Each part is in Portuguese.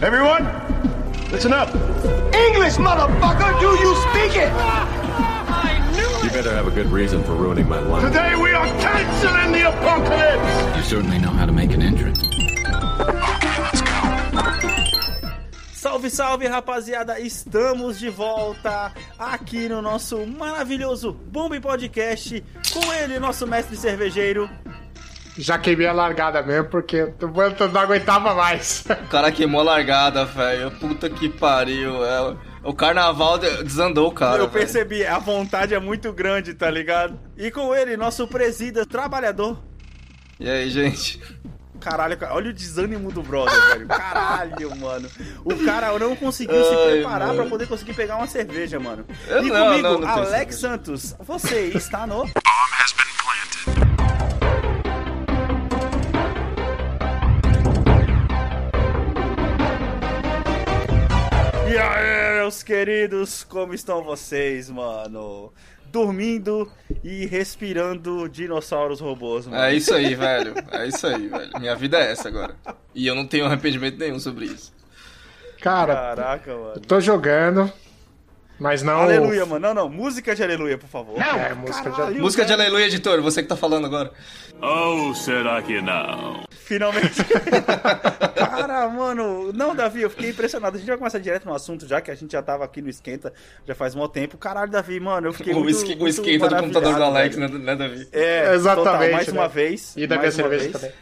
Everyone, listen up. English, motherfucker, do you speak it? You better have a good reason for ruining my life. Today we are canceling the apocalypse. You certainly know how to make an entrance. Salve, salve, rapaziada! Estamos de volta aqui no nosso maravilhoso Bombe Podcast com ele, nosso mestre cervejeiro. Já queimei a largada mesmo, porque eu não aguentava mais. O cara queimou a largada, velho. Puta que pariu. O carnaval desandou o cara. Eu percebi, a vontade é muito grande, tá ligado? E com ele, nosso presida, trabalhador. E aí, gente? Caralho, olha o desânimo do brother, velho. Caralho, mano. O cara não conseguiu se preparar pra poder conseguir pegar uma cerveja, mano. E comigo, Alex Santos, você está no... E aí, meus queridos, como estão vocês, mano? Dormindo e respirando dinossauros robôs, mano. É isso aí, velho. É isso aí, velho. Minha vida é essa agora. E eu não tenho arrependimento nenhum sobre isso. Cara, caraca, mano. Eu tô jogando, mas não... Aleluia, mano. Não. Música de aleluia, por favor. Não, música de aleluia, editor. Você que tá falando agora. Oh, será que não? Finalmente. Cara, mano. Não, Davi, eu fiquei impressionado. A gente vai começar direto no assunto, já que a gente já tava aqui no Esquenta já faz um tempo. Caralho, Davi, mano, eu fiquei o esquenta do computador do Alex, né, Davi? É, exatamente. Total, mais uma vez. E da minha cerveja também.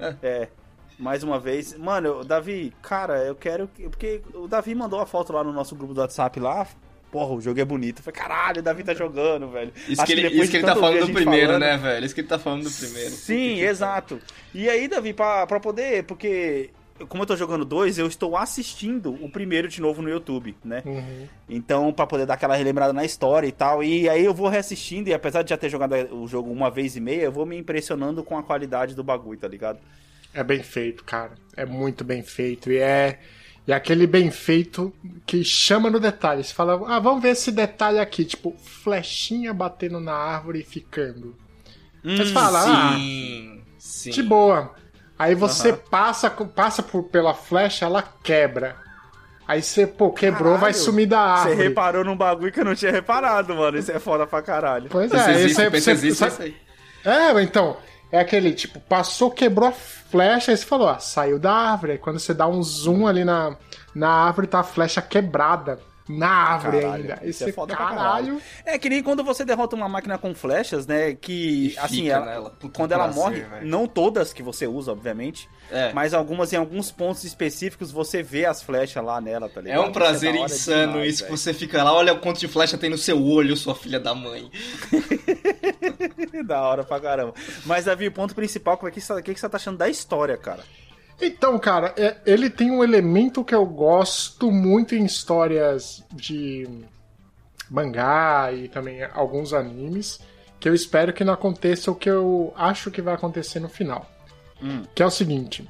Mais uma vez. Mano, Davi, cara, eu quero... Porque o Davi mandou a foto lá no nosso grupo do WhatsApp lá. Porra, o jogo é bonito. Eu falei, caralho, o Davi tá jogando, velho. Isso que ele tá falando do primeiro, né, velho? Isso que ele tá falando do primeiro. Sim, exato. E aí, Davi, pra poder... Porque, como eu tô jogando 2, eu estou assistindo o primeiro de novo no YouTube, né? Uhum. Então, pra poder dar aquela relembrada na história e tal. E aí eu vou reassistindo, e apesar de já ter jogado o jogo uma vez e meia, eu vou me impressionando com a qualidade do bagulho, tá ligado? É bem feito, cara. É muito bem feito. E é aquele bem feito que chama no detalhe. Você fala, vamos ver esse detalhe aqui. Tipo, flechinha batendo na árvore e ficando. Aí você fala, sim. De boa. Aí você passa pela flecha, ela quebra. Aí você, quebrou, vai sumir da árvore. Você reparou num bagulho que eu não tinha reparado, mano. Isso é foda pra caralho. Pois é. Isso aí. Então... É aquele, tipo, passou, quebrou a flecha, aí você falou, saiu da árvore. Aí quando você dá um zoom ali na árvore, tá a flecha quebrada na árvore ainda. Aí você, caralho. É que nem quando você derrota uma máquina com flechas, né, que, assim, quando ela morre, não todas que você usa, obviamente, mas algumas, em alguns pontos específicos, você vê as flechas lá nela, tá ligado? É um prazer insano demais, isso, que você fica lá, olha o quanto de flecha tem no seu olho, sua filha da mãe. Da hora pra caramba. Mas, Davi, o ponto principal, o que você tá achando da história, cara? Então, cara, ele tem um elemento que eu gosto muito em histórias de mangá e também alguns animes, que eu espero que não aconteça o que eu acho que vai acontecer no final. Que é o seguinte,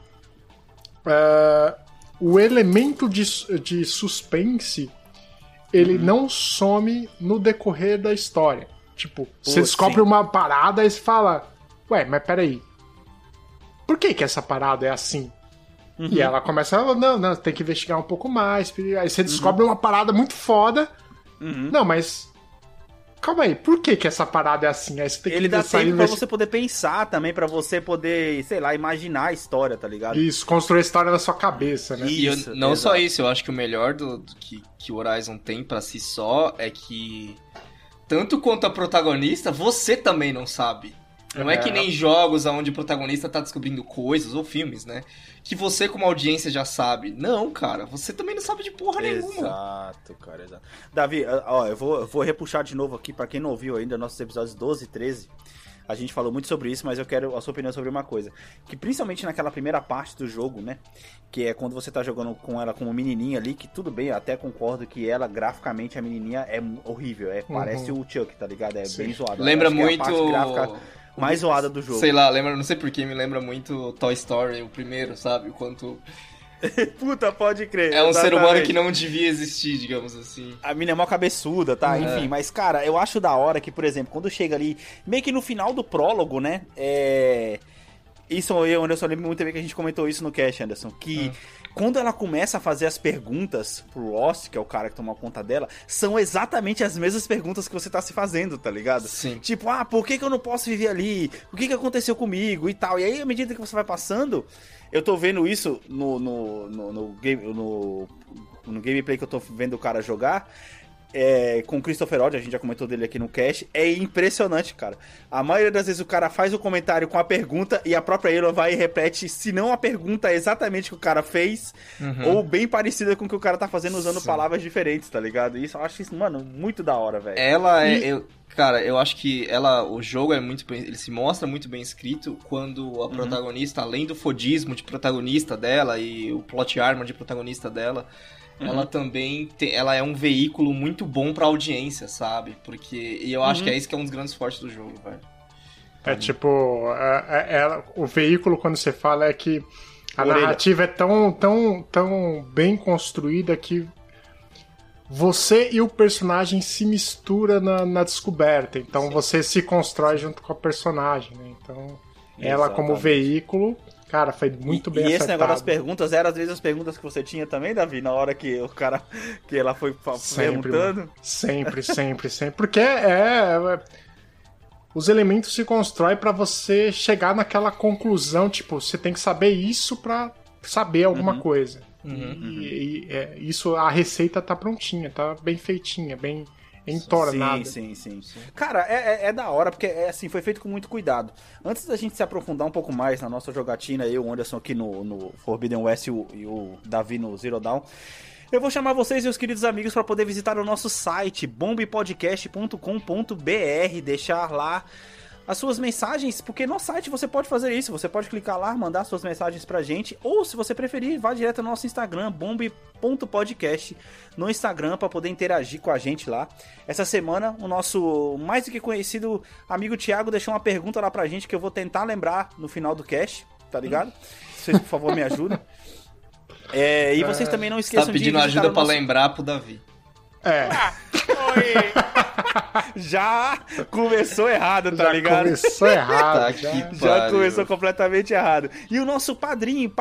o elemento de suspense, ele não some no decorrer da história. Tipo, você descobre uma parada e você fala, ué, mas peraí, por que essa parada é assim? E ela começa, não, tem que investigar um pouco mais. Aí você descobre uma parada muito foda. Não, mas calma aí, por que essa parada é assim? Aí você tem que ele dá tempo pra você poder pensar também, pra você poder, sei lá, imaginar a história, tá ligado? Isso, construir a história na sua cabeça, né? Isso, não só isso, eu acho que o melhor do que o Horizon tem pra si só é que, tanto quanto a protagonista, você também não sabe. Não é que nem jogos onde o protagonista tá descobrindo coisas, ou filmes, né? Que você, como audiência, já sabe. Não, cara, você também não sabe de porra nenhuma. Exato, cara, exato. Davi, ó, eu vou repuxar de novo aqui, pra quem não ouviu ainda, nossos episódios 12 e 13. A gente falou muito sobre isso, mas eu quero a sua opinião sobre uma coisa. Que principalmente naquela primeira parte do jogo, né? Que é quando você tá jogando com ela como menininha ali, que tudo bem, eu até concordo que ela, graficamente, a menininha é horrível. Parece o Chuck, tá ligado? É bem zoado. Lembra muito... mais zoada do jogo. Sei lá, não sei porquê, me lembra muito Toy Story, o primeiro, sabe? O quanto... Puta, pode crer. É um ser humano que não devia existir, digamos assim. A mina é mó cabeçuda, tá? Enfim, mas, cara, eu acho da hora que, por exemplo, quando chega ali, meio que no final do prólogo, né? Isso, Anderson, lembro muito bem que a gente comentou isso no cast, Anderson, que quando ela começa a fazer as perguntas pro Lost, que é o cara que toma conta dela, são exatamente as mesmas perguntas que você tá se fazendo, tá ligado? Sim. Tipo, por que eu não posso viver ali? O que aconteceu comigo e tal? E aí, à medida que você vai passando, eu tô vendo isso no gameplay que eu tô vendo o cara jogar, com o Christopher Odd, a gente já comentou dele aqui no cast, é impressionante, cara. A maioria das vezes o cara faz o comentário com a pergunta e a própria Aloy vai e repete, se não a pergunta é exatamente o que o cara fez, ou bem parecida com o que o cara tá fazendo usando palavras diferentes, tá ligado? Isso, eu acho isso, mano, muito da hora, velho. Ela cara, eu acho que o jogo é muito bem, ele se mostra muito bem escrito quando a protagonista, além do fodismo de protagonista dela e o plot armor de protagonista dela, ela também ela é um veículo muito bom pra audiência, sabe? E eu acho que é isso que é um dos grandes fortes do jogo, velho. O veículo, quando você fala, é que a narrativa é tão bem construída que você e o personagem se mistura na descoberta. Então você se constrói junto com a personagem, né? Então ela como veículo... Cara, foi muito bem acertado. E esse negócio das perguntas, eram às vezes as perguntas que você tinha também, Davi, na hora que que ela foi perguntando? Sempre. Porque os elementos se constroem pra você chegar naquela conclusão, tipo, você tem que saber isso pra saber alguma coisa. Isso, a receita tá prontinha, tá bem feitinha, bem entornada. Sim. Cara, é da hora, porque assim, foi feito com muito cuidado. Antes da gente se aprofundar um pouco mais na nossa jogatina, eu, o Anderson aqui no Forbidden West e o Davi no Zero Dawn, eu vou chamar vocês e os queridos amigos para poder visitar o nosso site, bombpodcast.com.br, deixar lá as suas mensagens, porque no site você pode fazer isso, você pode clicar lá, mandar suas mensagens pra gente, ou se você preferir, vá direto no nosso Instagram, bomb.podcast, no Instagram, pra poder interagir com a gente lá. Essa semana, o nosso mais do que conhecido amigo Thiago deixou uma pergunta lá pra gente, que eu vou tentar lembrar no final do cast, tá ligado? Vocês, por favor, me ajudem. E vocês também não esqueçam de... Tá pedindo ajuda pra lembrar pro Davi. Já começou errado, tá ligado? Começou errado. Já começou completamente errado. E o nosso padrinho,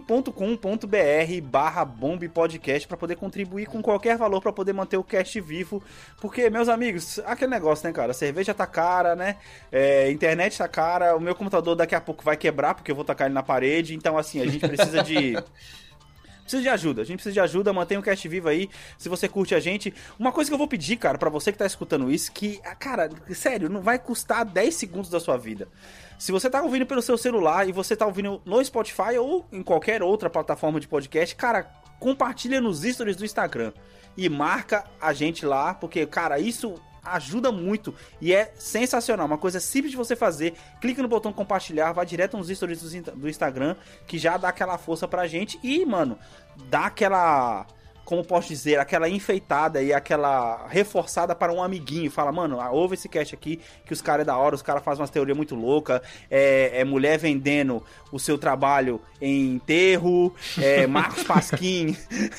padrim.com.br/bombpodcast, pra poder contribuir com qualquer valor pra poder manter o cast vivo. Porque, meus amigos, aquele negócio, né, cara? Cerveja tá cara, né? Internet tá cara. O meu computador daqui a pouco vai quebrar, porque eu vou tacar ele na parede. Então, assim, a gente precisa de... Precisa de ajuda, a gente precisa de ajuda, mantenha o cast vivo aí, se você curte a gente. Uma coisa que eu vou pedir, cara, pra você que tá escutando isso, que, cara, sério, não vai custar 10 segundos da sua vida. Se você tá ouvindo pelo seu celular e você tá ouvindo no Spotify ou em qualquer outra plataforma de podcast, cara, compartilha nos stories do Instagram e marca a gente lá, porque, cara, isso... ajuda muito e é sensacional, uma coisa simples de você fazer. Clica no botão compartilhar, vai direto nos stories do Instagram, que já dá aquela força pra gente e, mano, dá aquela, como posso dizer, aquela enfeitada e aquela reforçada para um amiguinho. Fala, mano, ouve esse cast aqui, que os caras é da hora, os caras fazem umas teorias muito loucas, é mulher vendendo o seu trabalho em enterro, Marcos Pasquim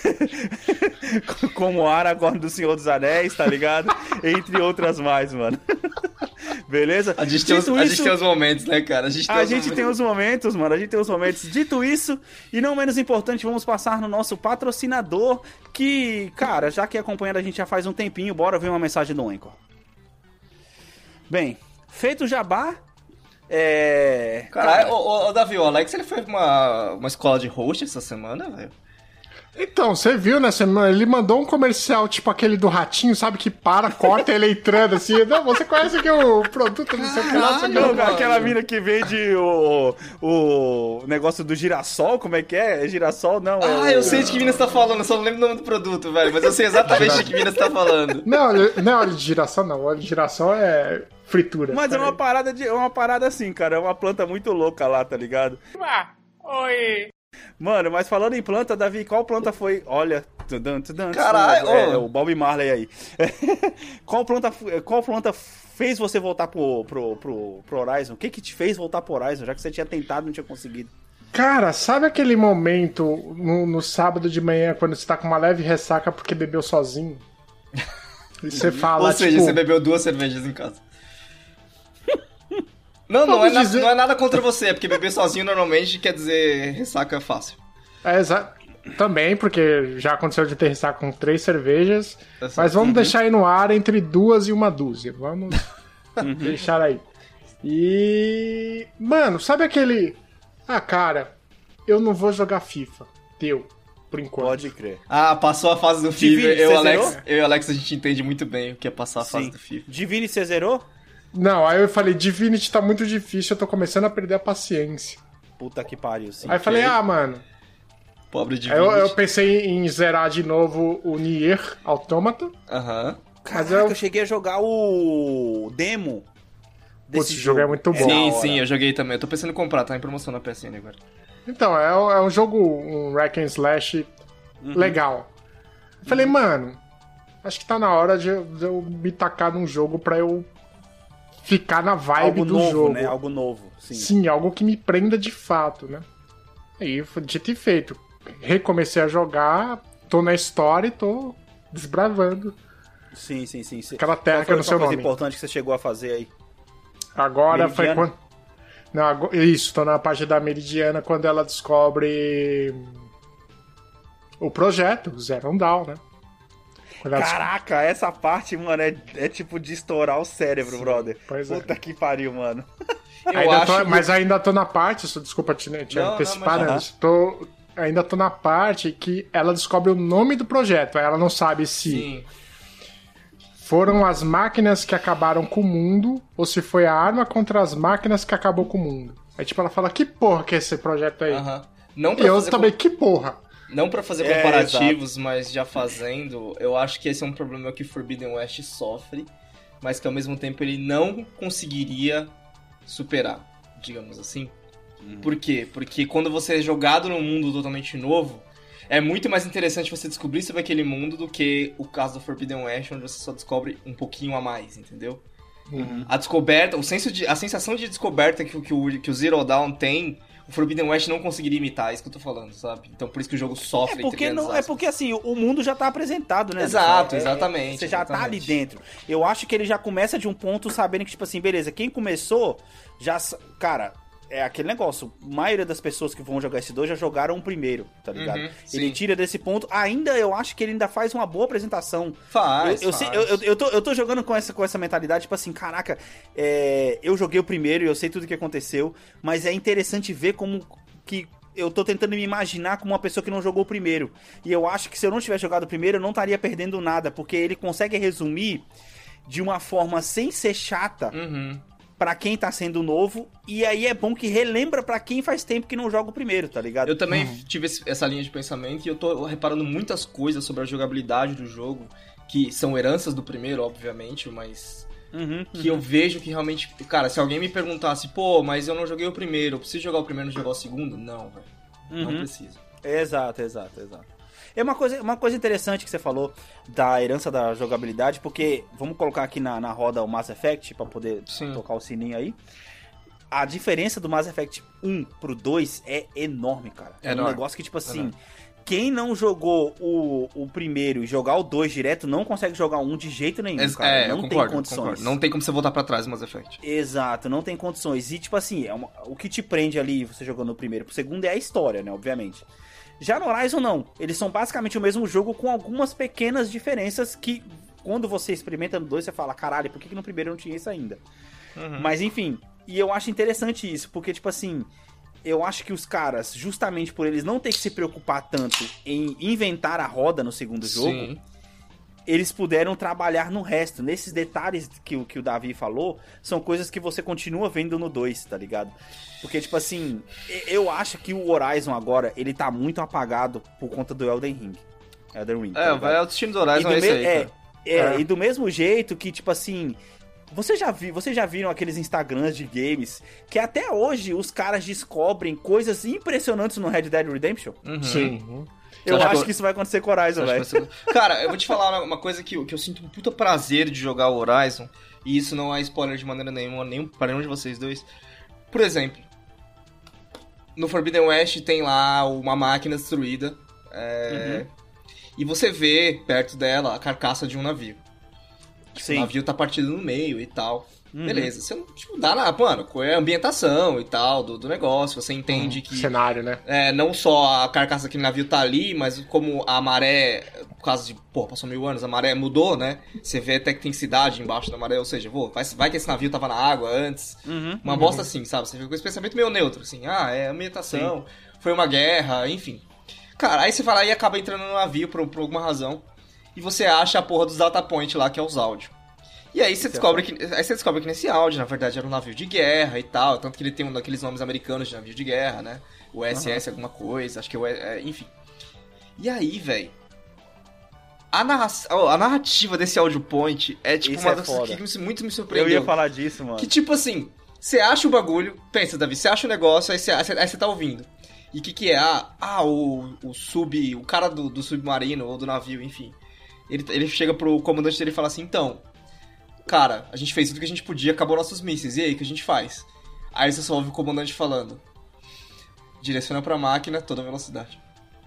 como Aragorn do Senhor dos Anéis, tá ligado? Entre outras mais, mano. Beleza? A gente tem os momentos, né, cara? A gente tem os momentos, mano. A gente tem os momentos. Dito isso, e não menos importante, vamos passar no nosso patrocinador, que, cara, já que acompanha a gente já faz um tempinho, bora ver uma mensagem do Anchor. Bem, feito o jabá... Caralho, ô Davi, o Alex, ele foi pra uma escola de host essa semana, velho? Então, você viu, né, ele mandou um comercial, tipo aquele do ratinho, sabe, que corta ele entrando assim. Não, você conhece aqui o produto, não sei o que lá. Não, aquela mina que vende o negócio do girassol, como é que é? É girassol? Não, eu sei de que mina você tá falando, eu só não lembro o nome do produto, velho, mas eu sei exatamente de que mina você tá falando. Não é óleo de girassol, não. Óleo de girassol é fritura. Mas é uma parada assim, cara, é uma planta muito louca lá, tá ligado? Oi! Mano, mas falando em planta, Davi, qual planta foi? Olha, caralho, o Bob Marley aí. Qual planta fez você voltar pro Horizon? O que te fez voltar pro Horizon, já que você tinha tentado e não tinha conseguido? Cara, sabe aquele momento no sábado de manhã, quando você tá com uma leve ressaca porque bebeu sozinho? E você fala, ou seja, você bebeu 2 cervejas em casa. Não é nada contra você, é porque beber sozinho normalmente quer dizer ressaca fácil. Também, porque já aconteceu de aterrissar com 3 cervejas. Mas vamos deixar aí no ar entre 2 e 1 dúzia. Vamos deixar aí. E... Mano, sabe aquele... Ah, cara, eu não vou jogar FIFA. Deu. Por enquanto. Pode crer. Ah, passou a fase do Divine, FIFA. Eu você e o Alex, a gente entende muito bem o que é passar a fase do FIFA. Divine, você zerou? Não, aí eu falei, Divinity tá muito difícil, eu tô começando a perder a paciência. Puta que pariu, sim. Aí eu falei, mano... Pobre Aí Divinity. eu pensei em zerar de novo o Nier Automata. Aham. Caraca, Mas eu cheguei a jogar o demo Putz, desse esse jogo é muito bom. Sim, da hora. sim, eu joguei também. Eu tô pensando em comprar, tá em promoção na PSN agora. Então, é um jogo, um Hack and Slash legal. Eu falei, mano, acho que tá na hora de eu me tacar num jogo pra eu ficar na vibe algo do novo, jogo. né? Algo novo, sim. Sim, algo que me prenda de fato, né? Aí, foi dito e feito. Recomecei a jogar, tô na história e tô desbravando. Sim. Aquela terra que eu não sei o coisa nome. importante que você chegou a fazer aí? Agora foi Meridiana? quando... Não, isso, tô na parte da Meridiana quando ela descobre o projeto, o Zero Dawn, né? Quando ela Caraca, essa parte, mano, é tipo de estourar o cérebro, brother. pois é. Puta que pariu, mano. Mas ainda tô na parte, desculpa te Não, antecipar, não, né? Ainda tô na parte que ela descobre o nome do projeto. Aí ela não sabe se Sim. foram as máquinas que acabaram com o mundo ou se foi a arma contra as máquinas que acabou com o mundo. Aí tipo, ela fala, que porra que é esse projeto aí? Aham. Não E pra eu fazer também, que porra? Não pra fazer comparativos, mas já fazendo, eu acho que esse é um problema que Forbidden West sofre, mas que ao mesmo tempo ele não conseguiria superar, digamos assim. Por quê? Porque quando você é jogado num mundo totalmente novo, é muito mais interessante você descobrir sobre aquele mundo do que o caso do Forbidden West, onde você só descobre um pouquinho a mais, entendeu? A descoberta, a sensação de descoberta que o Zero Dawn tem, o Forbidden West não conseguiria imitar, é isso que eu tô falando, sabe? Então por isso que o jogo sofre. É porque assim, o mundo já tá apresentado, né? Exato, exatamente. Você já tá ali dentro. Eu acho que ele já começa de um ponto sabendo que, tipo assim, beleza, quem começou, já... Cara, é aquele negócio, a maioria das pessoas que vão jogar esse 2 já jogaram o primeiro, tá ligado? Ele tira desse ponto, ainda eu acho que ele ainda faz uma boa apresentação. Faz. Eu tô jogando com essa mentalidade, tipo assim, caraca, eu joguei o primeiro e eu sei tudo o que aconteceu, mas é interessante ver como que eu tô tentando me imaginar como uma pessoa que não jogou o primeiro. E eu acho que se eu não tivesse jogado o primeiro, eu não estaria perdendo nada, porque ele consegue resumir de uma forma sem ser chata, pra quem tá sendo novo, e aí é bom que relembra pra quem faz tempo que não joga o primeiro, tá ligado? Eu também tive essa linha de pensamento e eu tô reparando muitas coisas sobre a jogabilidade do jogo, que são heranças do primeiro, obviamente, mas que eu vejo que realmente... Cara, se alguém me perguntasse, pô, mas eu não joguei o primeiro, eu preciso jogar o primeiro e não jogar o segundo? Não, velho. Não preciso. Exato. É uma coisa interessante que você falou da herança da jogabilidade, porque vamos colocar aqui na roda o Mass Effect pra poder tocar o sininho aí. A diferença do Mass Effect 1 pro 2 é enorme, cara. É um negócio que, tipo assim, quem não jogou o primeiro e jogar o 2 direto não consegue jogar o 1 de jeito nenhum, cara. Não tem condições. Concordo. Não tem como você voltar pra trás no Mass Effect. Exato, não tem condições. E, tipo assim, o que te prende ali, você jogando o primeiro pro segundo, é a história, né, obviamente. Já no Horizon, não. Eles são basicamente o mesmo jogo com algumas pequenas diferenças que, quando você experimenta no 2, você fala, caralho, por que no primeiro não tinha isso ainda? Mas, enfim, e eu acho interessante isso, porque, tipo assim, eu acho que os caras, justamente por eles não ter que se preocupar tanto em inventar a roda no segundo jogo, eles puderam trabalhar no resto. Nesses detalhes que o Davi falou, são coisas que você continua vendo no 2, tá ligado? Porque, tipo assim, eu acho que o Horizon agora, ele tá muito apagado por conta do Elden Ring. Vai ao destino do Horizon, é esse aí, cara. E do mesmo jeito que, tipo assim, vocês já viram aqueles Instagrams de games que até hoje os caras descobrem coisas impressionantes no Red Dead Redemption? Sim. Eu acho que isso vai acontecer com o Horizon, velho. Cara, eu vou te falar uma coisa que eu sinto um puta prazer de jogar o Horizon, e isso não é spoiler de maneira nenhuma, nem para nenhum de vocês dois. Por exemplo, no Forbidden West tem lá uma máquina destruída, e você vê perto dela a carcaça de um navio. O navio tá partido no meio e tal. Beleza, você não, tipo, dá nada, mano, é a ambientação e tal do negócio, você entende que... Cenário, né? Não só a carcaça daquele navio tá ali, mas como a maré, por causa de, passou 1000 anos, a maré mudou, né? Você vê até que tem cidade embaixo da maré, ou seja, vai que esse navio tava na água antes. Uma bosta assim, sabe? Você fica com esse pensamento meio neutro, assim, é ambientação, foi uma guerra, enfim. Cara, aí você vai lá e acaba entrando no navio por alguma razão, e você acha a porra dos data point lá, que é os áudios. E aí você descobre que nesse áudio, na verdade, era um navio de guerra e tal, tanto que ele tem um daqueles nomes americanos de navio de guerra, né? O SS alguma coisa, acho que enfim. E aí, velho, a narrativa desse audio point é tipo isso uma das coisas que muito me surpreendeu. Eu ia falar disso, mano. Que tipo assim, você acha o bagulho, pensa, Davi, você acha o negócio, aí você tá ouvindo. E o que é? O cara do submarino ou do navio, enfim. Ele chega pro comandante dele e fala assim, então... Cara, a gente fez tudo que a gente podia, acabou nossos mísseis, e aí, o que a gente faz? Aí você só ouve o comandante falando: direciona pra máquina toda velocidade.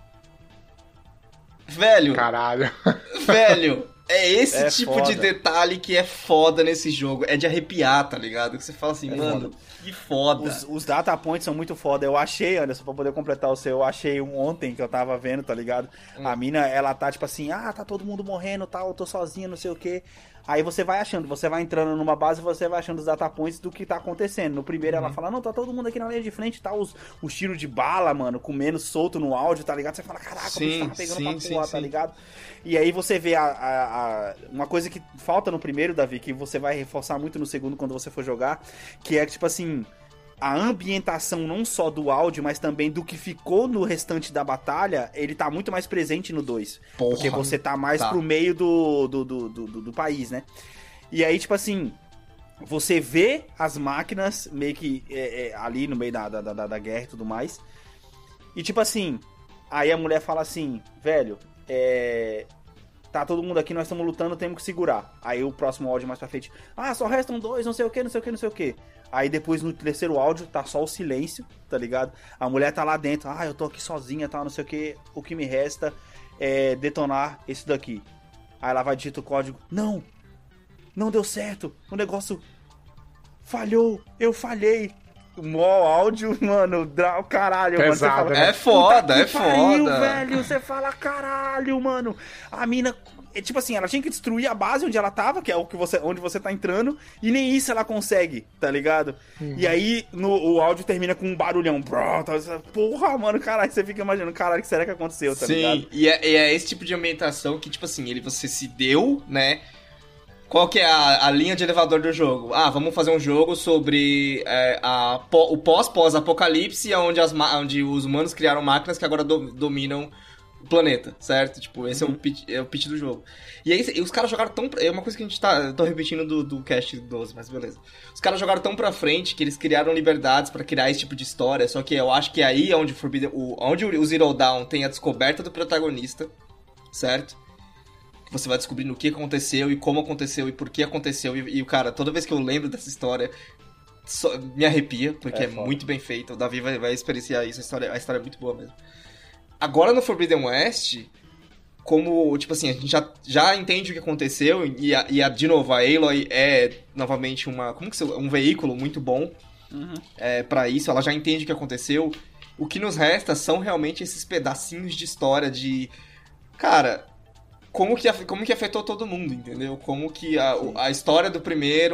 Velho! Caralho! Velho! É esse tipo foda. de detalhe que é foda nesse jogo. É de arrepiar, tá ligado? Que você fala assim, mano, que foda. Os data points são muito foda. Eu achei, Anderson, pra poder completar o seu, eu achei ontem que eu tava vendo, tá ligado? A mina, ela tá tipo assim, tá todo mundo morrendo, tal, eu tô sozinha, não sei o quê. Aí você vai achando, você vai entrando numa base e você vai achando os data points do que tá acontecendo. No primeiro ela fala, não, tá todo mundo aqui na linha de frente, tá os tiros de bala, mano, comendo solto no áudio, tá ligado? Você fala, caraca, o bicho tava pegando pra porra, tá ligado? E aí você vê uma coisa que falta no primeiro, Davi, que você vai reforçar muito no segundo quando você for jogar, que é tipo assim... A ambientação não só do áudio, mas também do que ficou no restante da batalha, ele tá muito mais presente no 2. Porque você tá mais pro meio do país, né? E aí, tipo assim, você vê as máquinas meio que ali no meio da guerra e tudo mais. E tipo assim, aí a mulher fala assim, velho, tá todo mundo aqui, nós estamos lutando, temos que segurar. Aí o próximo áudio mais pra frente, só restam 2, não sei o que, não sei o que, não sei o que. Aí depois no terceiro áudio tá só o silêncio, tá ligado? A mulher tá lá dentro, eu tô aqui sozinha, tal, não sei o que me resta é detonar esse daqui. Aí ela vai digitar o código, não deu certo, o negócio falhou, eu falhei. Mó áudio, mano, caralho, pesado, mano. Você fala, né? É foda, é pariu, foda. velho, você fala, caralho, mano. A mina, tipo assim, ela tinha que destruir a base onde ela tava, que é onde você tá entrando, e nem isso ela consegue, tá ligado? E aí, o áudio termina com um barulhão. Porra, mano, caralho, você fica imaginando, caralho, o que será que aconteceu, tá ligado? Sim, e é esse tipo de ambientação que, tipo assim, você se deu, né? Qual que é a linha de elevador do jogo? Vamos fazer um jogo sobre o pós-apocalipse, onde os humanos criaram máquinas que agora dominam o planeta, certo? Tipo, esse é o pitch do jogo. E aí, os caras jogaram tão... É uma coisa que a gente tô repetindo do cast 12, mas beleza. Os caras jogaram tão pra frente que eles criaram liberdades pra criar esse tipo de história, só que eu acho que aí é onde o Zero Dawn tem a descoberta do protagonista, certo? Você vai descobrindo o que aconteceu e como aconteceu e por que aconteceu. E cara, toda vez que eu lembro dessa história, me arrepia, porque é muito bem feita. O Davi vai experienciar isso, a história é muito boa mesmo. Agora no Forbidden West, como, tipo assim, a gente já entende o que aconteceu e de novo, a Aloy é novamente um veículo muito bom pra isso, ela já entende o que aconteceu. O que nos resta são realmente esses pedacinhos de história de... Cara... Como que afetou todo mundo, entendeu? Como que a história do primeiro...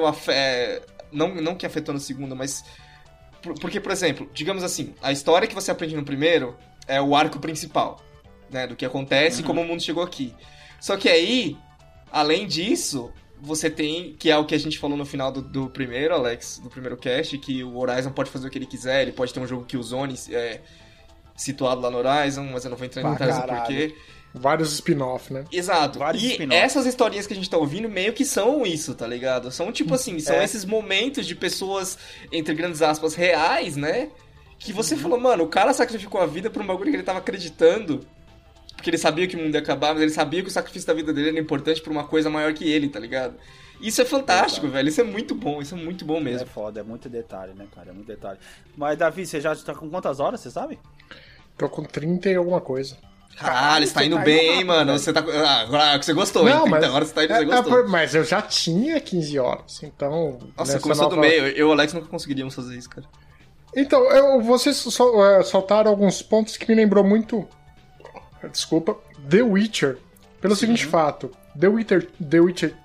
Não que afetou no segundo, mas... Porque, por exemplo, digamos assim, a história que você aprende no primeiro é o arco principal, né? Do que acontece e como o mundo chegou aqui. Só que aí, além disso, você tem... Que é o que a gente falou no final do primeiro, Alex, do primeiro cast, que o Horizon pode fazer o que ele quiser, ele pode ter um jogo Killzone situado lá no Horizon, mas eu não vou entrar em detalhes do porquê. Vários spin-off, né? Exato. Essas historinhas que a gente tá ouvindo meio que são isso, tá ligado? São tipo assim, são esses momentos de pessoas, entre grandes aspas, reais, né? Que você falou, mano, o cara sacrificou a vida por um bagulho que ele tava acreditando. Porque ele sabia que o mundo ia acabar, mas ele sabia que o sacrifício da vida dele era importante pra uma coisa maior que ele, tá ligado? Isso é fantástico, velho. Isso é muito bom mesmo. É foda, é muito detalhe, né, cara? É muito detalhe. Mas, Davi, você já tá com quantas horas, você sabe? Tô com 30 e alguma coisa. Caralho, você tá indo bem, hein, mano? Você tá... agora que você gostou, hein? Mas, agora você tá indo, você gostou. Mas eu já tinha 15 horas, então... Nossa, começou do meio. Eu e o Alex nunca conseguiríamos fazer isso, cara. Então, vocês soltaram alguns pontos que me lembrou muito... Desculpa. The Witcher. Pelo seguinte fato. The Witcher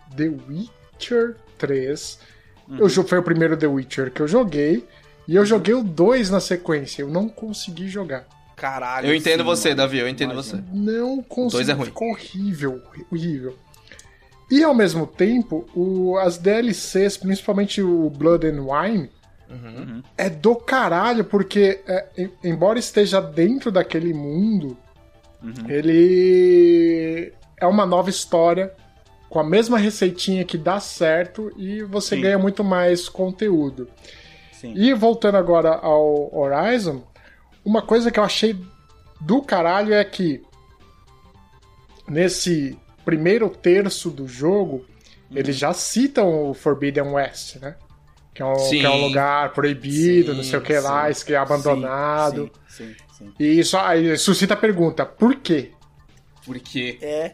3. Foi o primeiro The Witcher que eu joguei. E eu joguei o 2 na sequência. Eu não consegui jogar. Caralho. Eu entendo você, Davi. Eu entendo você. Não consegui. 2 é ruim. Ficou horrível. Horrível. E ao mesmo tempo, as DLCs, principalmente o Blood and Wine, é do caralho, porque embora esteja dentro daquele mundo, ele é uma nova história com a mesma receitinha que dá certo e você ganha muito mais conteúdo. Sim. E voltando agora ao Horizon, uma coisa que eu achei do caralho é que nesse primeiro terço do jogo, eles já citam o Forbidden West, né? Que é um lugar proibido, não sei o que lá, que é abandonado. Sim. E isso aí suscita a pergunta, por quê? Por quê?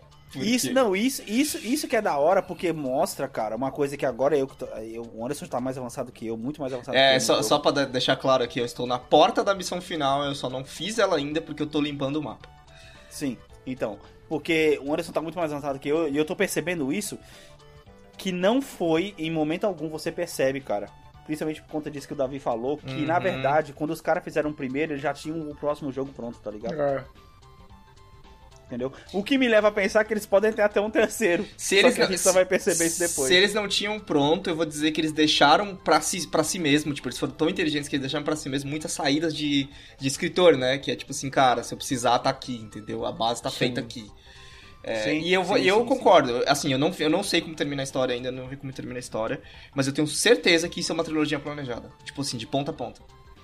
Isso que é da hora, porque mostra, cara, uma coisa que agora o Anderson tá mais avançado que eu, muito mais avançado que eu. Só pra deixar claro aqui, eu estou na porta da missão final, eu só não fiz ela ainda porque eu tô limpando o mapa. Sim, então, porque o Anderson tá muito mais avançado que eu, e eu tô percebendo isso, que não foi, em momento algum, você percebe, cara. Principalmente por conta disso que o Davi falou, que na verdade, quando os caras fizeram o primeiro, eles já tinham o próximo jogo pronto, tá ligado? Entendeu? O que me leva a pensar que eles podem ter até um terceiro. Se eles só que a gente só vai perceber isso depois. Se eles não tinham pronto, eu vou dizer que eles deixaram pra si mesmo, tipo, eles foram tão inteligentes que eles deixaram pra si mesmo muitas saídas de escritor, né? Que é tipo assim, cara, se eu precisar, tá aqui, entendeu? A base tá feita aqui. E eu concordo, assim, eu não sei como termina a história ainda, não vi como termina a história, mas eu tenho certeza que isso é uma trilogia planejada, tipo assim, de ponta a ponta.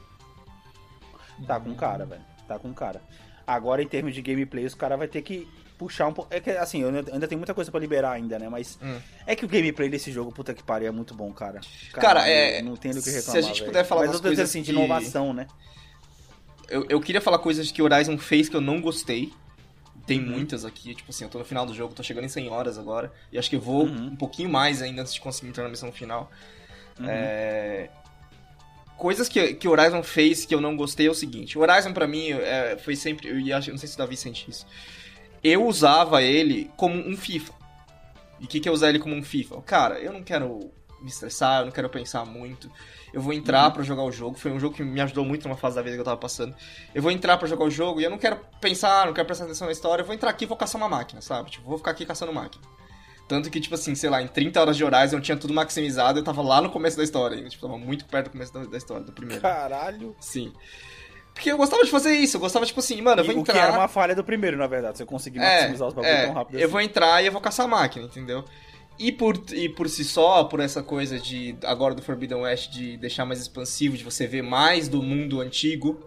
Tá com cara, velho, tá com cara. Agora, em termos de gameplay, os caras vão ter que puxar um pouco, é que, assim, eu ainda tenho muita coisa pra liberar ainda, né, mas é que o gameplay desse jogo, puta que pariu, é muito bom, cara. Cara, não tem do que reclamar, se a gente puder falar mas umas coisas assim, de inovação, né. Eu queria falar coisas que o Horizon fez que eu não gostei. Tem muitas aqui, tipo assim, eu tô no final do jogo, tô chegando em 100 horas agora, e acho que eu vou um pouquinho mais ainda antes de conseguir entrar na missão final. Coisas que o Horizon fez que eu não gostei é o seguinte, o Horizon pra mim foi sempre, eu não sei se o Davi sente isso, eu usava ele como um FIFA. E o que é usar ele como um FIFA? Cara, eu não quero me estressar, eu não quero pensar muito. Eu vou entrar pra jogar o jogo. Foi um jogo que me ajudou muito numa fase da vida que eu tava passando. Eu vou entrar pra jogar o jogo e eu não quero pensar, não quero prestar atenção na história. Eu vou entrar aqui e vou caçar uma máquina, sabe? Tipo, vou ficar aqui caçando máquina. Tanto que, tipo assim, sei lá, em 30 horas de Horizon eu tinha tudo maximizado. Eu tava lá no começo da história ainda. Tipo, tava muito perto do começo da história, do primeiro. Caralho. Sim. Porque eu gostava de fazer isso. Eu gostava, tipo assim, mano, eu vou entrar... O que era uma falha do primeiro, na verdade. Você conseguir maximizar os bagulhos tão rápido assim. Eu vou entrar e eu vou caçar a máquina, entendeu? E por si só, por essa coisa de agora do Forbidden West de deixar mais expansivo, de você ver mais do mundo antigo,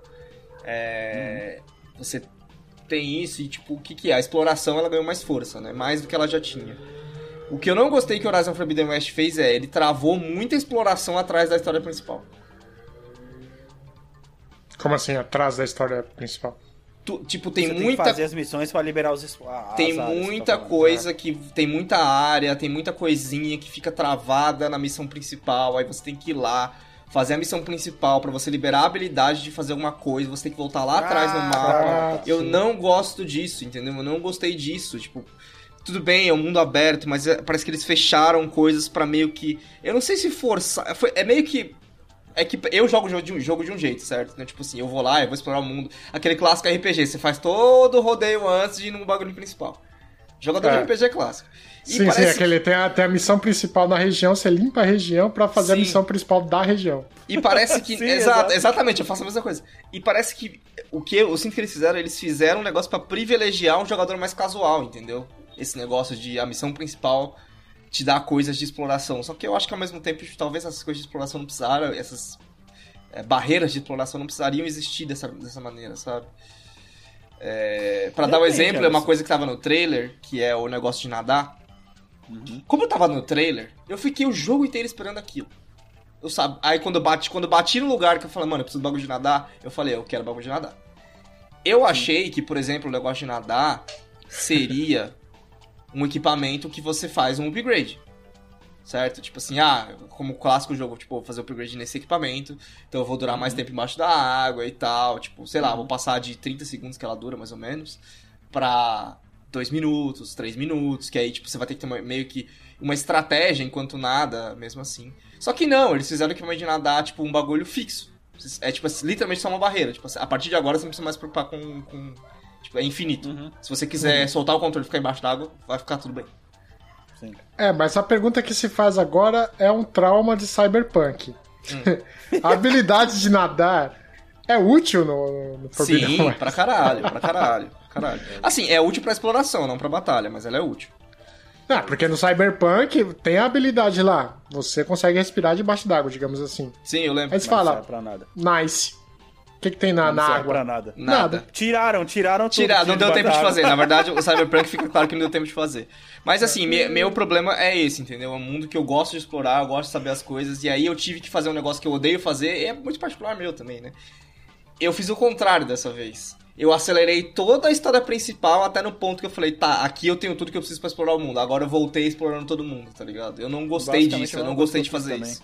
você tem isso e tipo, o que é? A exploração ela ganhou mais força, né? Mais do que ela já tinha. O que eu não gostei que o Horizon Forbidden West fez ele travou muita exploração atrás da história principal. Como assim, atrás da história principal? Tipo, tem você muita... tem que fazer as missões pra liberar as tem áreas, muita coisa que... Tem muita área, tem muita coisinha que fica travada na missão principal. Aí você tem que ir lá, fazer a missão principal pra você liberar a habilidade de fazer alguma coisa. Você tem que voltar lá atrás no mapa. Eu não gosto disso, entendeu? Eu não gostei disso, tipo... Tudo bem, é um mundo aberto, mas parece que eles fecharam coisas pra meio que... Eu não sei se forçar... É meio que... É que eu jogo o jogo de um jeito, certo? Então, tipo assim, eu vou lá, eu vou explorar o mundo. Aquele clássico RPG, você faz todo o rodeio antes de ir no bagulho principal. Jogador de RPG clássico. E sim, aquele tem a missão principal na região, você limpa a região pra fazer a missão principal da região. E parece que... Sim, exatamente, eu faço a mesma coisa. E parece que o que eu sinto que eles fizeram um negócio pra privilegiar um jogador mais casual, entendeu? Esse negócio de a missão principal... te dar coisas de exploração. Só que eu acho que ao mesmo tempo, talvez essas coisas de exploração não precisaram, essas barreiras de exploração não precisariam existir dessa maneira, sabe? Pra dar um exemplo, é uma coisa que tava no trailer, que é o negócio de nadar. Como eu tava no trailer, eu fiquei o jogo inteiro esperando aquilo. Aí quando eu bati no lugar que eu falei, mano, eu preciso de bagulho de nadar, eu falei, eu quero bagulho de nadar. Eu achei que, por exemplo, o negócio de nadar seria um equipamento que você faz um upgrade. Certo? Tipo assim, como clássico jogo, tipo, vou fazer upgrade nesse equipamento, então eu vou durar mais tempo embaixo da água e tal, tipo, sei lá, vou passar de 30 segundos que ela dura, mais ou menos, pra 2 minutos, 3 minutos, que aí, tipo, você vai ter que ter meio que uma estratégia enquanto nada, mesmo assim. Só que não, eles fizeram o equipamento de nadar, tipo, um bagulho fixo. É, tipo, literalmente só uma barreira. Tipo, a partir de agora você não precisa mais se preocupar com tipo, é infinito. Se você quiser soltar o controle e ficar embaixo d'água, vai ficar tudo bem. Sim. Mas a pergunta que se faz agora é um trauma de Cyberpunk. A habilidade de nadar é útil no Forbidden Sim, West? pra caralho. Assim, é útil pra exploração, não pra batalha, mas ela é útil. Porque no Cyberpunk tem a habilidade lá. Você consegue respirar debaixo d'água, digamos assim. Sim, eu lembro. Aí você fala, Não serve pra nada. Nice. O que tem na Não serve água? pra nada. Nada. Tiraram tudo. Não deu tempo de fazer. Na verdade, o Cyberpunk fica claro que não deu tempo de fazer. Mas assim, meu problema é esse, entendeu? É um mundo que eu gosto de explorar, eu gosto de saber as coisas, e aí eu tive que fazer um negócio que eu odeio fazer, e é muito particular meu também, né? Eu fiz o contrário dessa vez. Eu acelerei toda a história principal até no ponto que eu falei, tá, aqui eu tenho tudo que eu preciso pra explorar o mundo. Agora eu voltei explorando todo mundo, tá ligado? Eu não gostei disso, eu não gostei de fazer isso.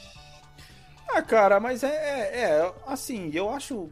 Cara, mas assim, eu acho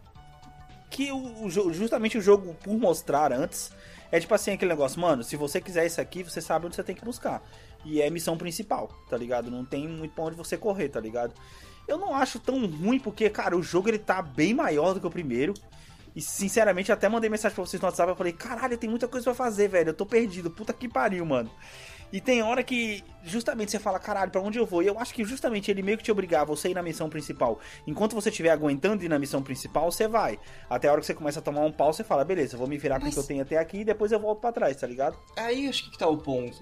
que justamente o jogo, por mostrar antes, é tipo assim, aquele negócio, mano, se você quiser isso aqui, você sabe onde você tem que buscar. E é missão principal, tá ligado? Não tem muito pra onde você correr, tá ligado? Eu não acho tão ruim, porque, cara, o jogo ele tá bem maior do que o primeiro. E, sinceramente, até mandei mensagem pra vocês no WhatsApp, eu falei, caralho, tem muita coisa pra fazer, velho, eu tô perdido, puta que pariu, mano. E tem hora que, justamente, você fala, caralho, pra onde eu vou? E eu acho que, justamente, ele meio que te obrigar a você ir na missão principal. Enquanto você estiver aguentando ir na missão principal, você vai. Até a hora que você começa a tomar um pau, você fala, beleza, eu vou me virar com o que eu tenho até aqui e depois eu volto pra trás, tá ligado? Aí, acho que tá o ponto.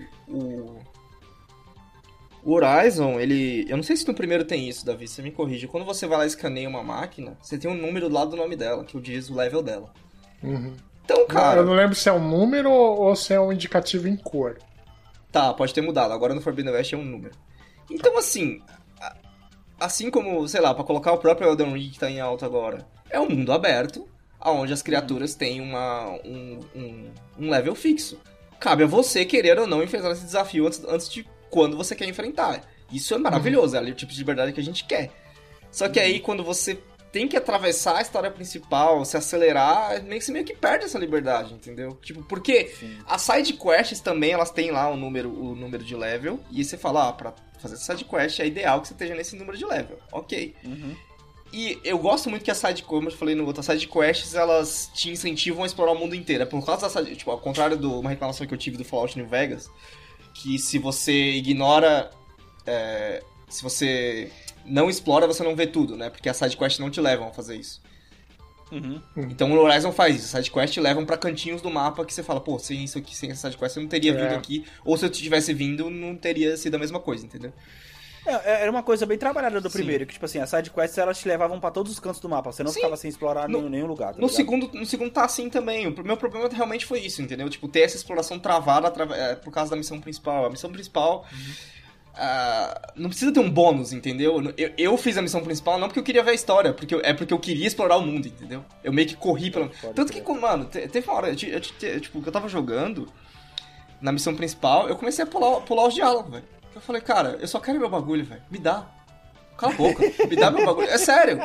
O Horizon, ele... Eu não sei se no primeiro tem isso, Davi, você me corrige. Quando você vai lá e escaneia uma máquina, você tem um número do lado do nome dela, que diz o level dela. Então, cara... Eu não lembro se é um número ou se é um indicativo em cor. Tá, pode ter mudado. Agora no Forbidden West é um número. Então, assim como, sei lá, pra colocar o próprio Elden Ring que tá em alta agora, é um mundo aberto, onde as criaturas têm um level fixo. Cabe a você, querer ou não, enfrentar esse desafio antes de quando você quer enfrentar. Isso é maravilhoso, é o tipo de liberdade que a gente quer. Só que aí, quando você tem que atravessar a história principal, se acelerar, você meio que perde essa liberdade, entendeu? Tipo, porque as side quests também, elas têm lá o número de level, e você fala, pra fazer essa side quest é ideal que você esteja nesse número de level. Ok. E eu gosto muito que a side, como eu falei no outro, as side quests, elas te incentivam a explorar o mundo inteiro. É por causa da side, tipo, ao contrário de uma reclamação que eu tive do Fallout New Vegas, que se você ignora, se você não explora, você não vê tudo, né? Porque as sidequests não te levam a fazer isso. Então o Horizon faz isso. As sidequests levam pra cantinhos do mapa que você fala, pô, sem isso aqui, sem essa sidequest eu não teria vindo aqui. Ou se eu tivesse vindo, não teria sido a mesma coisa, entendeu? Era uma coisa bem trabalhada do primeiro, que tipo assim, as sidequests elas te levavam pra todos os cantos do mapa, você não ficava sem explorar nenhum lugar. Tá no segundo tá assim também, o meu problema realmente foi isso, entendeu? Tipo, ter essa exploração travada por causa da missão principal. A missão principal não precisa ter um bônus, entendeu? Eu fiz a missão principal não porque eu queria ver a história, porque eu queria explorar o mundo, entendeu? Eu meio que corri pela... Tanto que, mano, teve uma hora, tipo, que eu tava jogando na missão principal, eu comecei a pular os diálogos, velho. Eu falei, cara, eu só quero meu bagulho, velho. Me dá. Cala a boca. Me dá meu bagulho. É sério.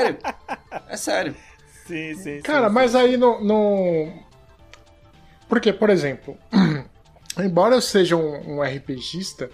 Sim. Cara, mas aí no... Porque, por exemplo, embora eu seja um RPGista,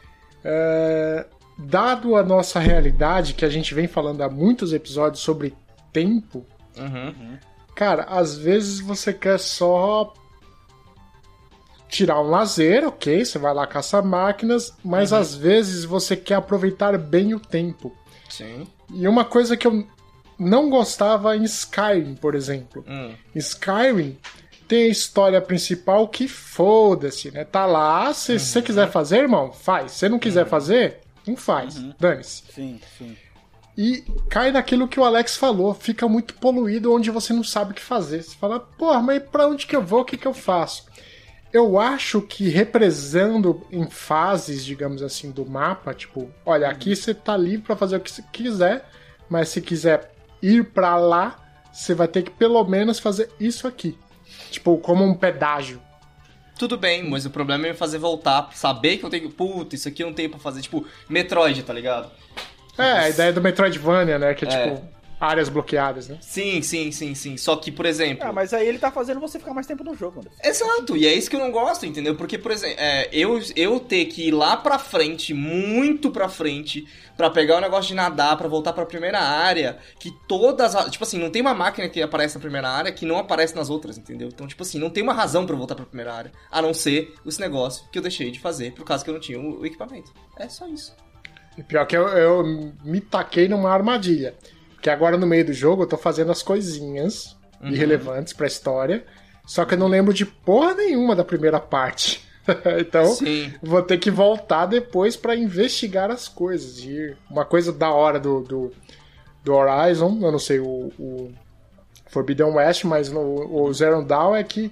dado a nossa realidade, que a gente vem falando há muitos episódios sobre tempo, cara, às vezes você quer só tirar um lazer, ok, você vai lá caçar máquinas, mas às vezes você quer aproveitar bem o tempo. Sim. E uma coisa que eu não gostava em Skyrim, por exemplo. Skyrim tem a história principal que foda-se, né? Tá lá, se você quiser fazer, irmão, faz. Se você não quiser fazer, não faz. Dane-se. Sim. E cai naquilo que o Alex falou, fica muito poluído onde você não sabe o que fazer. Você fala, porra, mas pra onde que eu vou, o que eu faço? Eu acho que represando em fases, digamos assim, do mapa, tipo, olha, aqui você tá livre pra fazer o que você quiser, mas se quiser ir pra lá, você vai ter que pelo menos fazer isso aqui. Tipo, como um pedágio. Tudo bem, mas o problema é me fazer voltar, saber que eu tenho... Puta, isso aqui eu não tenho pra fazer. Tipo, Metroid, tá ligado? A ideia do Metroidvania, né? Que é tipo... áreas bloqueadas, né? Sim. Só que, por exemplo... mas aí ele tá fazendo você ficar mais tempo no jogo, Anderson. Exato, e é isso que eu não gosto, entendeu? Porque, por exemplo, eu ter que ir lá pra frente, muito pra frente, pra pegar o negócio de nadar, pra voltar pra primeira área, que todas... Tipo assim, não tem uma máquina que aparece na primeira área que não aparece nas outras, entendeu? Então, tipo assim, não tem uma razão pra eu voltar pra primeira área, a não ser esse negócio que eu deixei de fazer, por causa que eu não tinha o equipamento. É só isso. E pior que eu me taquei numa armadilha. Porque agora no meio do jogo eu tô fazendo as coisinhas irrelevantes pra história, só que eu não lembro de porra nenhuma da primeira parte. Então, vou ter que voltar depois pra investigar as coisas. E uma coisa da hora do Horizon, eu não sei o Forbidden West, mas o Zero Dawn é que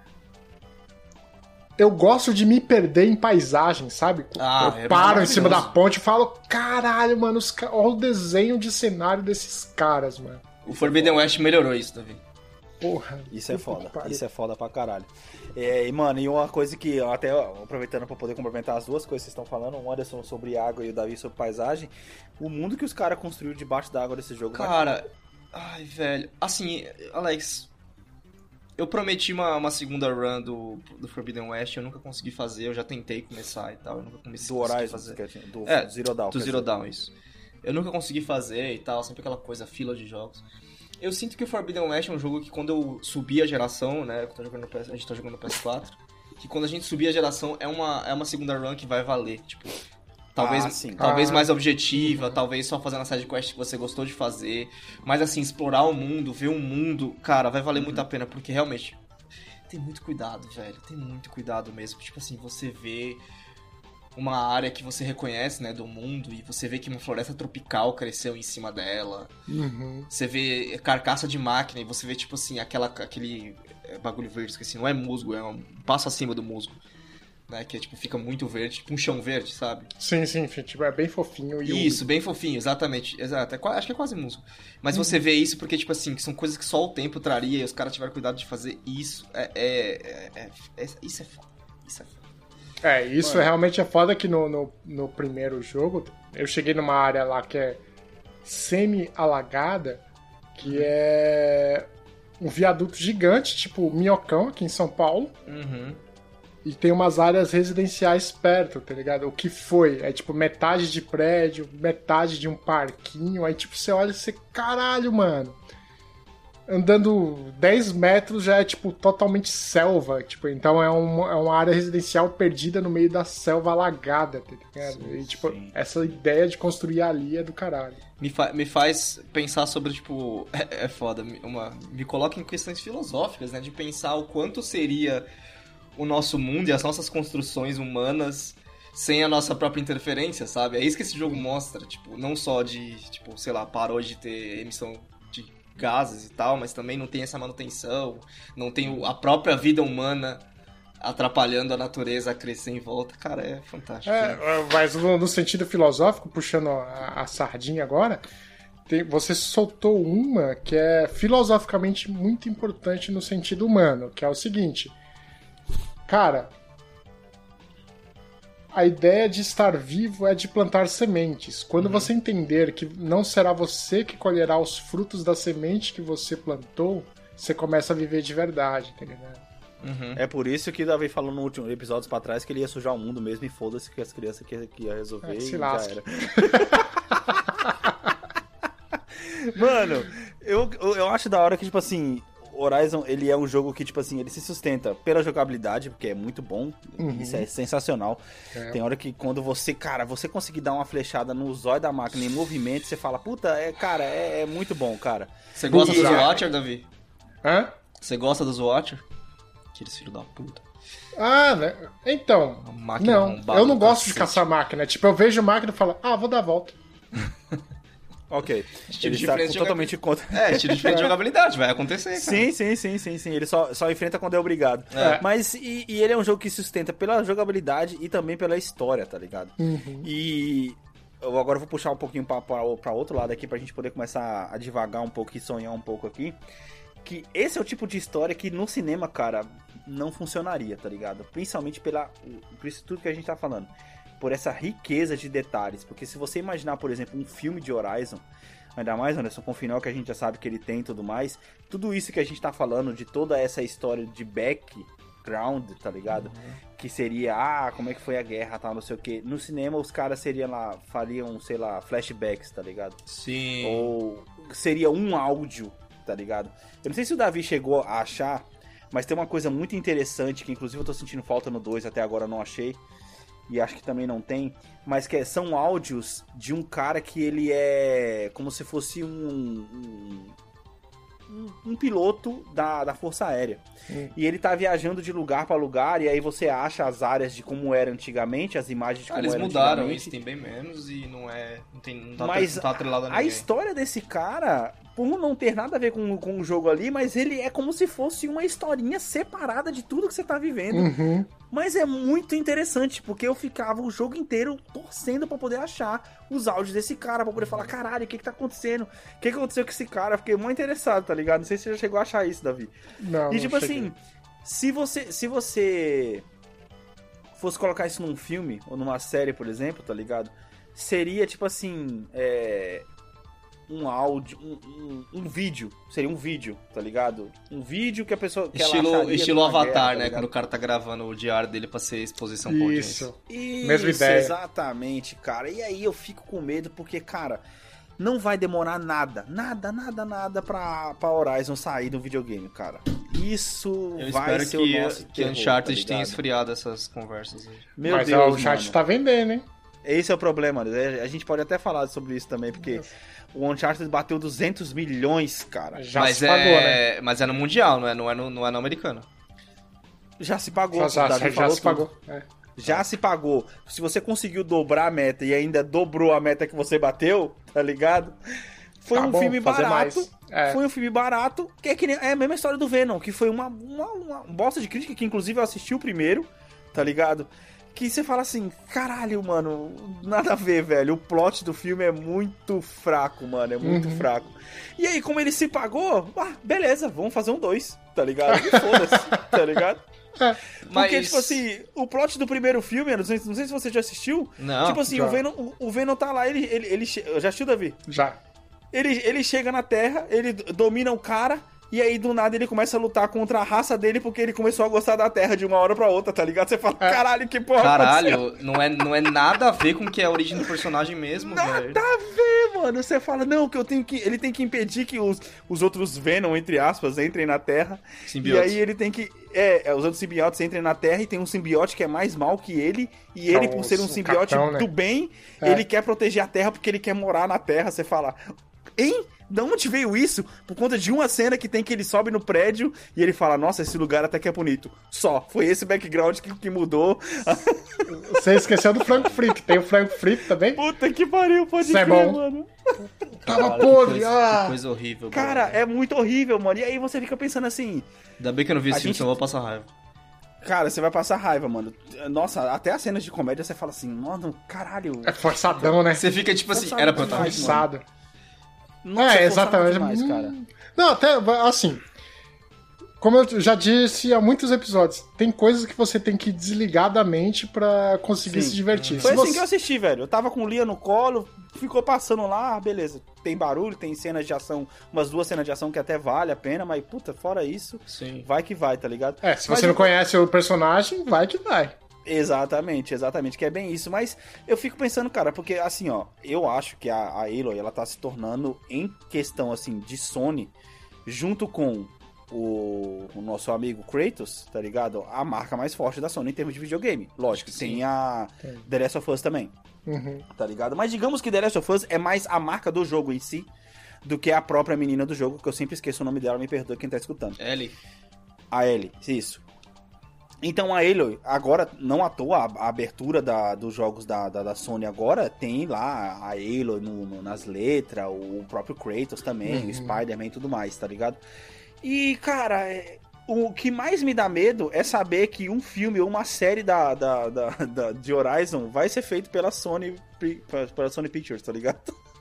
eu gosto de me perder em paisagem, sabe? Eu paro em cima da ponte e falo, caralho, mano, olha o desenho de cenário desses caras, mano. O Forbidden West melhorou isso, Davi. Porra. Isso é foda. Isso é foda pra caralho. E, mano, e uma coisa que, até aproveitando pra poder complementar as duas coisas que vocês estão falando, o Anderson sobre água e o Davi sobre paisagem, o mundo que os caras construíram debaixo da água desse jogo... Cara, ai, velho. Assim, Alex... Eu prometi uma segunda run do Forbidden West, eu nunca consegui fazer, eu já tentei começar e tal, eu nunca consegui fazer. Do Zero Dawn. Do Zero Dawn, isso. Eu nunca consegui fazer e tal, sempre aquela coisa, fila de jogos. Eu sinto que o Forbidden West é um jogo que quando eu subir a geração, né, a gente tá jogando no PS4, que quando a gente subir a geração é uma segunda run que vai valer, tipo... Talvez mais objetiva, talvez só fazendo a side quest que você gostou de fazer. Mas assim, explorar o mundo, ver um mundo, cara, vai valer muito a pena, porque realmente tem muito cuidado, velho. Tem muito cuidado mesmo. Tipo assim, você vê uma área que você reconhece, né, do mundo, e você vê que uma floresta tropical cresceu em cima dela. Você vê carcaça de máquina, e você vê, tipo assim, aquele bagulho verde, esqueci, não é musgo, é um passo acima do musgo. Né, que tipo, fica muito verde, tipo um chão verde, sabe? Sim, tipo, é bem fofinho. Isso, bem fofinho, exatamente. Exato, acho que é quase musgo. Mas você vê isso porque, tipo assim, que são coisas que só o tempo traria e os caras tiveram cuidado de fazer isso. Isso é foda. Isso é foda. Isso realmente é foda que no primeiro jogo, eu cheguei numa área lá que é semi-alagada, que é um viaduto gigante, tipo Minhocão, aqui em São Paulo. E tem umas áreas residenciais perto, tá ligado? O que foi? É tipo metade de prédio, metade de um parquinho. Aí tipo, você olha e você, caralho, mano. Andando 10 metros já é tipo totalmente selva. Tipo, então é uma área residencial perdida no meio da selva alagada, tá ligado? E tipo, essa ideia de construir ali é do caralho. Me faz pensar sobre, tipo... É foda. Me coloca em questões filosóficas, né? De pensar o quanto seria... o nosso mundo e as nossas construções humanas sem a nossa própria interferência, sabe? É isso que esse jogo mostra, tipo, não só de, tipo, sei lá, parou de ter emissão de gases e tal, mas também não tem essa manutenção, não tem a própria vida humana atrapalhando a natureza a crescer em volta. Cara, é fantástico. Mas no sentido filosófico, puxando a sardinha agora, você soltou uma que é filosoficamente muito importante no sentido humano, que é o seguinte... Cara, a ideia de estar vivo é de plantar sementes. Quando você entender que não será você que colherá os frutos da semente que você plantou, você começa a viver de verdade, tá ligado? É por isso que o Davi falou no último episódio pra trás que ele ia sujar o mundo mesmo e foda-se que as crianças que ia resolver e já era. Mano, eu acho da hora que, tipo assim... Horizon, ele é um jogo que, tipo assim, ele se sustenta pela jogabilidade, porque é muito bom, isso é sensacional. Tem hora que quando você conseguir dar uma flechada no zóio da máquina em movimento, você fala, puta, é muito bom, cara. Você gosta dos Watcher, Davi? Hã? Você gosta dos Watcher? Aqueles filhos da puta. Né? Então, não, eu não gosto de caçar máquina. Tipo, eu vejo máquina e falo, vou dar a volta. Ok. Ele está totalmente contra. Estilo diferente de jogabilidade, vai acontecer, cara. Sim. Ele só enfrenta quando é obrigado. Mas, e ele é um jogo que se sustenta pela jogabilidade e também pela história, tá ligado? E eu agora vou puxar um pouquinho pra outro lado aqui, pra gente poder começar a divagar um pouco e sonhar um pouco aqui. Que esse é o tipo de história que no cinema, cara, não funcionaria, tá ligado? Principalmente por isso tudo que a gente tá falando. Por essa riqueza de detalhes. Porque se você imaginar, por exemplo, um filme de Horizon, ainda mais, Anderson, com o final que a gente já sabe que ele tem e tudo mais, tudo isso que a gente tá falando, de toda essa história de background, tá ligado? Que seria, como é que foi a guerra, tal, não sei o que. No cinema, os caras fariam, sei lá, flashbacks, tá ligado? Sim. Ou seria um áudio, tá ligado? Eu não sei se o Davi chegou a achar, mas tem uma coisa muito interessante, que inclusive eu tô sentindo falta no 2, até agora eu não achei, e acho que também não tem, mas que são áudios de um cara que ele é como se fosse um piloto da Força Aérea. E ele tá viajando de lugar pra lugar, e aí você acha as áreas de como era antigamente, as imagens de como eles era mudaram antigamente. isso, tem bem menos e não Mas tá atrelado a a ninguém. história desse cara, por não ter nada a ver com o jogo ali, mas ele é como se fosse uma historinha separada de tudo que você tá vivendo. Mas é muito interessante, porque eu ficava o jogo inteiro torcendo pra poder achar os áudios desse cara, pra poder falar, caralho, o que tá acontecendo? O que aconteceu com esse cara? Eu fiquei muito interessado, tá ligado? Não sei se você já chegou a achar isso, Davi. Não, E tipo não cheguei. assim, se você fosse colocar isso num filme, ou numa série, por exemplo, tá ligado? Seria tipo assim, um áudio, um vídeo. Seria um vídeo, tá ligado? Um vídeo que a pessoa... Que Estilo ela Avatar, guerra, tá né? ligado? Quando o cara tá gravando o diário dele pra ser exposição pra audiência. Isso. Mesma ideia. Exatamente, cara. E aí eu fico com medo porque, cara, não vai demorar nada pra Horizon sair do videogame, cara. Isso Eu vai espero ser o nosso que terror, Uncharted tá tenha ligado? esfriado essas conversas aí. Meu Mas Deus, o chat mano. tá vendendo, hein? Esse é o problema, né? A gente pode até falar sobre isso também, porque o Uncharted bateu 200 milhões, cara. Já Mas se pagou, né? Mas é no mundial, não é no americano. Já se pagou. o Já Davi falou se tudo. pagou. É. Já se pagou. Se você conseguiu dobrar a meta e ainda dobrou a meta que você bateu, tá ligado? Foi Tá um bom, filme fazer barato. mais. É. Foi um filme barato, que é a mesma história do Venom, que foi uma bosta de crítica, que inclusive eu assisti o primeiro, tá ligado? Que você fala assim, caralho, mano, nada a ver, velho. O plot do filme é muito fraco, mano, é muito fraco. E aí, como ele se pagou, beleza, vamos fazer um 2, tá ligado? E foda-se, tá ligado? Porque, Mas- tipo assim, o plot do primeiro filme, eu não sei se você já assistiu. Não, Tipo assim, já. o Venom tá lá, ele já assistiu, Davi? Já. Ele chega na Terra, ele domina o cara, e aí do nada ele começa a lutar contra a raça dele porque ele começou a gostar da Terra de uma hora pra outra, tá ligado? Você fala, caralho, que porra aconteceu? Caralho, não é nada a ver com o que é a origem do personagem mesmo, velho. Nada a ver, mano. Você fala, não, que ele tem que impedir que os outros Venom, entre aspas, entrem na Terra. Simbiontes. E aí ele tem que... os outros simbiotes entrem na Terra e tem um simbiote que é mais mal que ele. E ele, por ser um simbiote capitão, né? do bem, É. ele quer proteger a Terra porque ele quer morar na Terra. Você fala, hein? De onde veio isso? Por conta de uma cena que tem que ele sobe no prédio e ele fala, nossa, esse lugar até que é bonito. Só. Foi esse background que mudou. Você esqueceu do frango frito. Tem o frango frito também? Puta que pariu, pode Isso é crer, bom. mano. Tava Caralho, podre. que coisa horrível. Cara, mano. é muito horrível, mano. E aí você fica pensando assim... Ainda bem que eu não vi esse a filme, gente- senão eu vou passar raiva. Cara, você vai passar raiva, mano. Nossa, até as cenas de comédia você fala assim, mano, caralho. É forçadão, né? Você fica tipo assim, Forçado era pra eu estar demais, rindo. Forçado. Nossa, É, forçado exatamente. demais, cara. Não, até assim. Como eu já disse há muitos episódios, tem coisas que você tem que desligar da mente pra conseguir Sim. se divertir. Foi Se assim você- que eu assisti, velho. Eu tava com o Lia no colo, ficou passando lá, beleza. Tem barulho, tem cenas de ação, umas 2 cenas de ação que até vale a pena, mas puta, fora isso, Sim. vai que vai, tá ligado? É, se Mas você não eu- conhece o personagem, vai que vai. Exatamente, que é bem isso. Mas eu fico pensando, cara, porque assim, ó, eu acho que a Aloy, ela tá se tornando, em questão, assim, de Sony, junto com o nosso amigo Kratos, tá ligado? A marca mais forte da Sony em termos de videogame. Lógico, Sim. tem a The Last of Us também, Uhum. tá ligado? Mas digamos que The Last of Us é mais a marca do jogo em si do que a própria menina do jogo, que eu sempre esqueço o nome dela, me perdoa quem tá escutando. Ellie. A Ellie, isso. Então a Aloy, agora, não à toa, a abertura dos jogos da Sony agora tem lá a Aloy nas letras, o próprio Kratos também, o Spider-Man e tudo mais, tá ligado? E, cara, O que mais me dá medo é saber que um filme ou uma série de Horizon vai ser feito pela Sony Pictures, tá ligado?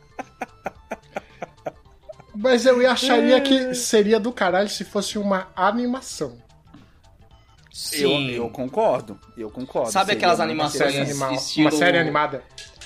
Mas eu acharia que seria do caralho se fosse uma animação. Sim. Eu concordo. Sabe Seria aquelas uma animações Uma série animada.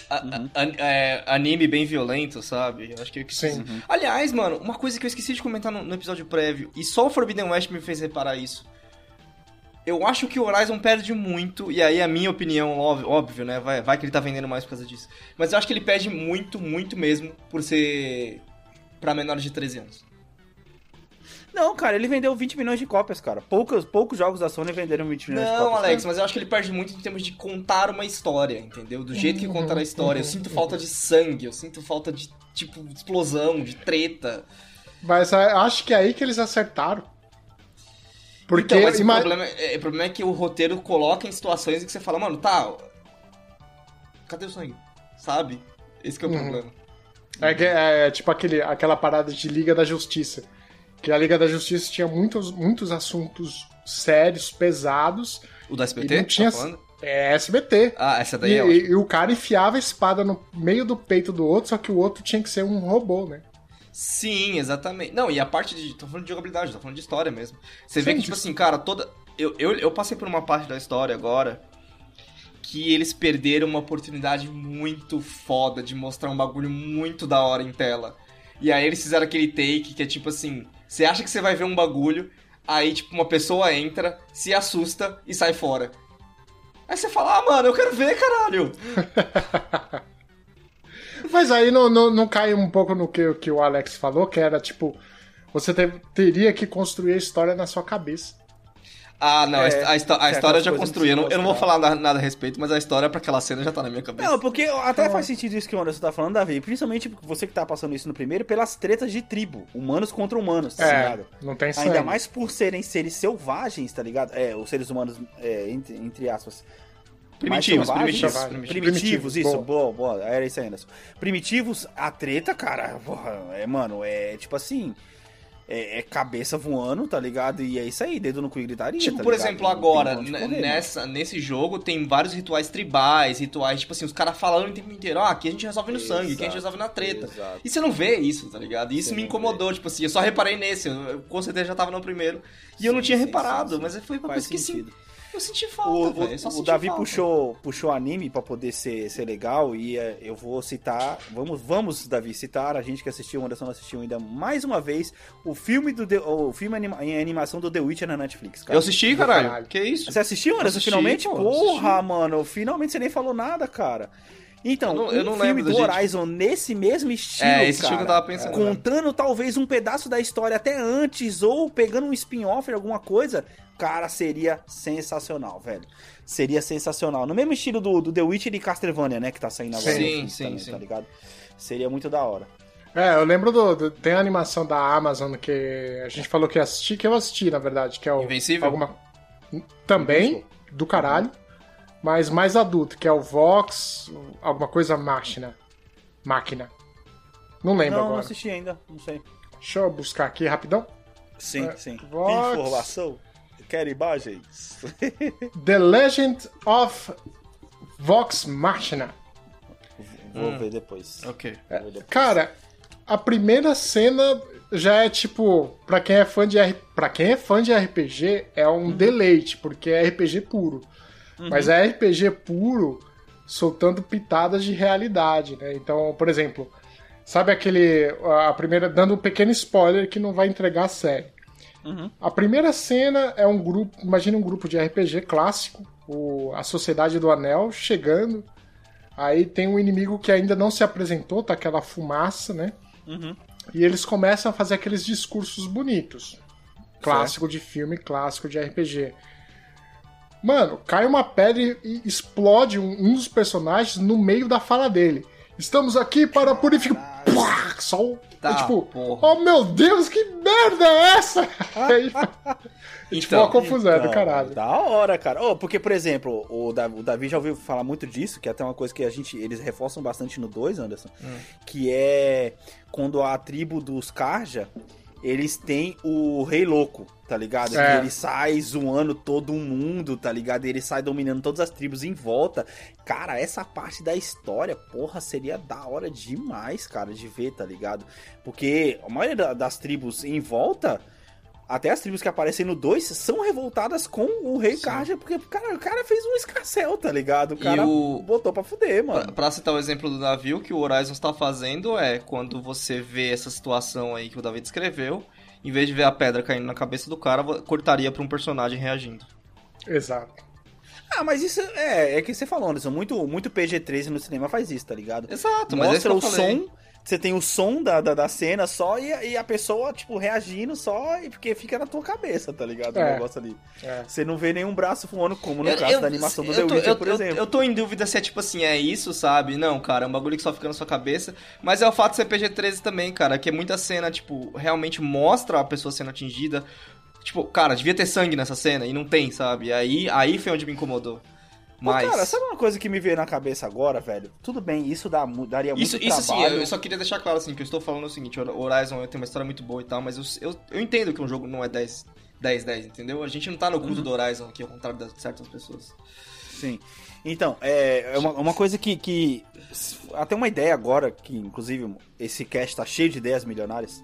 Anime bem violento, sabe? Eu acho que eu quis... Sim. Aliás, mano, uma coisa que eu esqueci de comentar no episódio prévio, e só o Forbidden West me fez reparar isso. Eu acho que o Horizon perde muito, e aí a minha opinião, óbvio, né? Vai que ele tá vendendo mais por causa disso. Mas eu acho que ele perde muito, muito mesmo, por ser pra menores de 13 anos. Não, cara, ele vendeu 20 milhões de cópias, cara. Poucos jogos da Sony venderam 20 milhões de cópias. Não, Alex, cara. mas eu acho que ele perde muito em termos de contar uma história, entendeu? Do jeito que contaram a história. Eu sinto falta de sangue, eu sinto falta de, tipo, explosão, de treta. Mas acho que é aí que eles acertaram. Porque Então, mas o problema é que o roteiro coloca em situações em que você fala, mano, tá, cadê o sangue? Sabe? Esse que é o problema. É tipo aquela parada de Liga da Justiça. Que a Liga da Justiça tinha muitos assuntos sérios, pesados. O da SBT? E não tinha... Tá falando? É SBT. Ah, essa daí é ótima. E o cara enfiava a espada no meio do peito do outro, só que o outro tinha que ser um robô, né? Sim, exatamente. Não, e a parte de... Tô falando de jogabilidade, tô falando de história mesmo. Você vê que, tipo assim, cara, toda... Eu passei por uma parte da história agora que eles perderam uma oportunidade muito foda de mostrar um bagulho muito da hora em tela. E aí eles fizeram aquele take que é tipo assim... Você acha que você vai ver um bagulho, aí, tipo, uma pessoa entra, se assusta e sai fora. Aí você fala, ah, mano, eu quero ver, caralho! Mas aí não cai um pouco no que o Alex falou, que era, tipo, você teria que construir a história na sua cabeça. Ah, não, a história eu já coisas construí. Eu não vou mostrar. falar nada a respeito, mas a história pra aquela cena já tá na minha cabeça. Não, porque até faz sentido isso que o Anderson tá falando, Davi. Principalmente você que tá passando isso no primeiro, pelas tretas de tribo. Humanos contra humanos, tá ligado? Não tem sangue. Ainda mais por serem seres selvagens, tá ligado? Os seres humanos, entre aspas... Primitivos, isso, boa, era isso aí, Anderson. Primitivos, a treta, cara, porra, mano, tipo assim... É cabeça voando, tá ligado? E é isso aí, dedo no cu e gritaria, Tipo, tá por ligado? exemplo, agora, nesse jogo tem vários rituais tribais, rituais, tipo assim, os caras falando o tempo inteiro, aqui a gente resolve no sangue, aqui a gente resolve na treta. Exato. E você não vê isso, tá ligado? E isso Você me não incomodou, vê. tipo assim, eu só reparei nesse, eu com certeza já tava no primeiro. E eu não tinha reparado, mas foi uma coisa que sim. Eu senti falta, velho. O Davi puxou anime pra poder ser legal e eu vou citar. Vamos, Davi, citar a gente que assistiu, o Anderson não assistiu ainda mais uma vez o filme em animação do The Witcher na Netflix, cara. Eu assisti, caralho. Que isso? Você assistiu, Anderson, Assisti, finalmente? pô, Porra, assisti. mano, finalmente você nem falou nada, cara. Então, eu não filme lembro do da gente. Horizon nesse mesmo estilo, Esse cara, filme que eu tava pensando. contando talvez um pedaço da história até antes, ou pegando um spin-off de alguma coisa, cara, seria sensacional, velho. Seria sensacional. No mesmo estilo do The Witcher e Castlevania, né, que tá saindo agora. Sim, também, sim. tá ligado? Seria muito da hora. Eu lembro tem a animação da Amazon que a gente falou que ia assistir, que eu assisti, na verdade, que é o... Invencível? Também, do caralho. Mas mais adulto, que é o Vox, alguma coisa máquina. Não lembro agora. Não assisti ainda, não sei. Deixa eu buscar aqui rapidão. Sim. Vox. Informação. Quer imagens? The Legend of Vox Machina. Vou ver depois. Ok. Cara, a primeira cena já é tipo, pra quem é fã de RPG, é um deleite, porque é RPG puro. Mas é RPG puro soltando pitadas de realidade, né? Então, por exemplo, sabe a primeira, dando um pequeno spoiler que não vai entregar a série. A primeira cena é um grupo, imagina um grupo de RPG clássico, a Sociedade do Anel chegando, aí tem um inimigo que ainda não se apresentou, tá aquela fumaça, né? E eles começam a fazer aqueles discursos bonitos. Clássico de filme, clássico de RPG. Mano, cai uma pedra e explode um dos personagens no meio da fala dele. Estamos aqui para purificar... Sol. Tá, tipo, porra. oh meu Deus, que merda é essa? Aí, tipo, uma confusão do caralho. Da hora, cara. Porque, por exemplo, o Davi já ouviu falar muito disso, que é até uma coisa que eles reforçam bastante no 2, Anderson, que é quando a tribo dos Karja, eles têm o Rei Louco, tá ligado? É. Que ele sai zoando todo mundo, tá ligado? Ele sai dominando todas as tribos em volta. Cara, essa parte da história, porra, seria da hora demais, cara, de ver, tá ligado? Porque a maioria das tribos em volta, até as tribos que aparecem no 2, são revoltadas com o Rei Karja, porque cara, o cara fez um escarcel, tá ligado? O cara botou pra fuder, mano. Pra citar o exemplo do Davi, o que o Horizon está fazendo é, quando você vê essa situação aí que o Davi descreveu, em vez de ver a pedra caindo na cabeça do cara, cortaria pra um personagem reagindo. Exato. Ah, mas isso é que você falou, Anderson, muito PG-13 no cinema faz isso, tá ligado? Exato, mas mostra é o isso que eu falei. som, você tem o som da cena só e a pessoa, tipo, reagindo só, porque fica na tua cabeça, tá ligado? O negócio ali. É. Você não vê nenhum braço voando, como no caso da animação do The Witcher, por exemplo. Eu tô em dúvida se é tipo assim, é isso, sabe? Não, cara, é um bagulho que só fica na sua cabeça. Mas é o fato de ser PG-13 também, cara, que é muita cena, tipo, realmente mostra a pessoa sendo atingida. Tipo, cara, devia ter sangue nessa cena e não tem, sabe? Aí foi onde me incomodou. Mas... Pô, cara, sabe uma coisa que me veio na cabeça agora, velho? Tudo bem, isso daria muito trabalho. Isso sim, eu só queria deixar claro assim, que eu estou falando o seguinte, o Horizon tem uma história muito boa e tal, mas eu entendo que um jogo não é 10, entendeu? A gente não tá no culto do Horizon aqui, ao contrário de certas pessoas. Sim. Então, é uma coisa que até uma ideia agora, que inclusive esse cast tá cheio de ideias milionárias.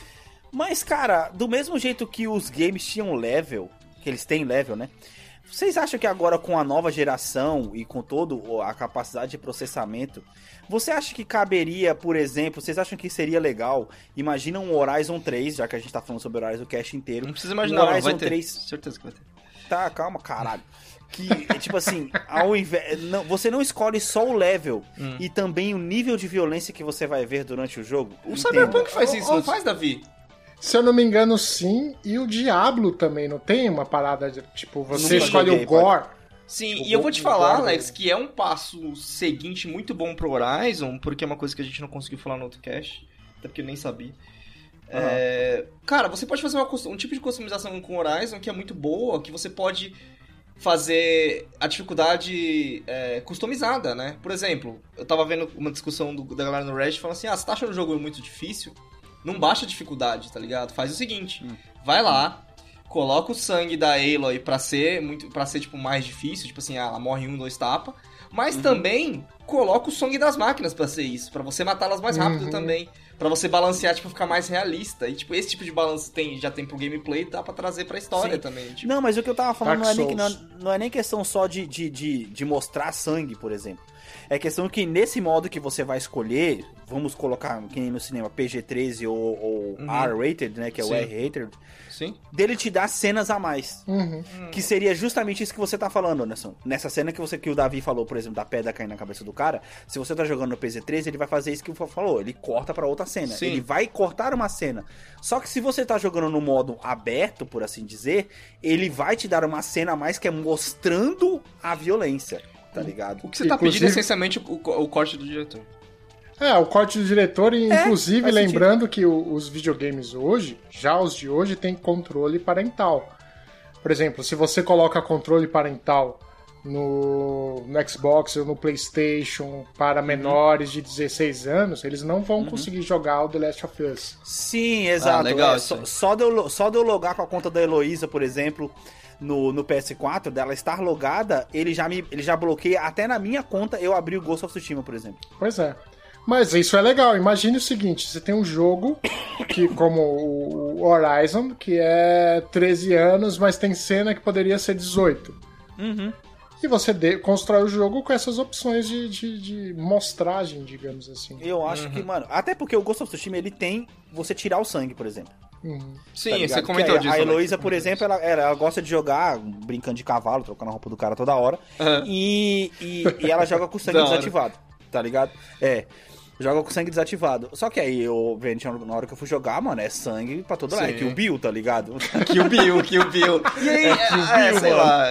Mas, cara, do mesmo jeito que os games tinham level, que eles têm level, né? Vocês acham que agora com a nova geração e com toda a capacidade de processamento, você acha que caberia, por exemplo, vocês acham que seria legal? Imagina um Horizon 3, já que a gente tá falando sobre o Horizon Cast inteiro. Não precisa imaginar, Horizon vai ter. 3... Certeza que vai ter. Tá, calma, caralho. Que, tipo assim, ao invés, você não escolhe só o level e também o nível de violência que você vai ver durante o jogo. O Cyberpunk faz isso, não faz, Davi? Se eu não me engano, sim. E o Diablo também, não tem uma parada de, tipo, você Nunca escolhe joguei, o gore. Sim, e eu vou te falar, Alex, que é um passo seguinte muito bom pro Horizon, porque é uma coisa que a gente não conseguiu falar no outro cast, até porque eu nem sabia. Cara, você pode fazer um tipo de customização com o Horizon que é muito boa, que você pode fazer a dificuldade customizada, né? Por exemplo, eu tava vendo uma discussão da galera no Reddit falando assim, você tá achando o jogo muito difícil? Não baixa a dificuldade, tá ligado? Faz o seguinte, vai lá, coloca o sangue da Aloy pra ser tipo, mais difícil, tipo assim, ela morre em 1, 2 tapas, mas também coloca o sangue das máquinas pra ser isso, pra você matá-las mais rápido também, pra você balancear, tipo, ficar mais realista. E, tipo, esse tipo de balanço já tem pro gameplay, dá pra trazer pra história também. Tipo. Não, mas o que eu tava falando Dark não é nem questão só de mostrar sangue, por exemplo. É questão que nesse modo que você vai escolher, vamos colocar, que nem no cinema, PG-13 ou R-rated, né, que é o R-rated, Sim. dele te dar cenas a mais. Que seria justamente isso que você tá falando, Anderson. Nessa cena que o Davi falou, por exemplo, da pedra caindo na cabeça do cara, se você tá jogando no PG-13, ele vai fazer isso que o Fô falou, ele corta pra outra cena. Sim. Ele vai cortar uma cena. Só que se você tá jogando no modo aberto, por assim dizer, ele vai te dar uma cena a mais que é mostrando a violência. Tá ligado? O que você tá pedindo é essencialmente o corte do diretor. O corte do diretor, e inclusive faz lembrando que os videogames hoje, já os de hoje, tem controle parental. Por exemplo, se você coloca controle parental no Xbox ou no PlayStation para menores de 16 anos, eles não vão conseguir jogar o The Last of Us. Sim, exato. Legal, só de eu logar com a conta da Heloísa, por exemplo, no PS4, dela estar logada, ele já bloqueia até na minha conta eu abrir o Ghost of Tsushima, por exemplo. Pois é. Mas isso é legal. Imagine o seguinte, você tem um jogo que, como o Horizon, que é 13 anos, mas tem cena que poderia ser 18. E você constrói o jogo com essas opções de mostragem, digamos assim. Eu acho que, mano, até porque o Ghost of Tsushima, ele tem você tirar o sangue, por exemplo. Sim, tá você comentou disso. A Heloísa, por exemplo, ela gosta de jogar brincando de cavalo, trocando a roupa do cara toda hora. E ela joga com o sangue desativado, tá ligado? Joga com sangue desativado. Só que aí, na hora que eu fui jogar, mano, é sangue pra todo lado. É Kill Bill, tá ligado? Kill Bill. E aí, sei lá,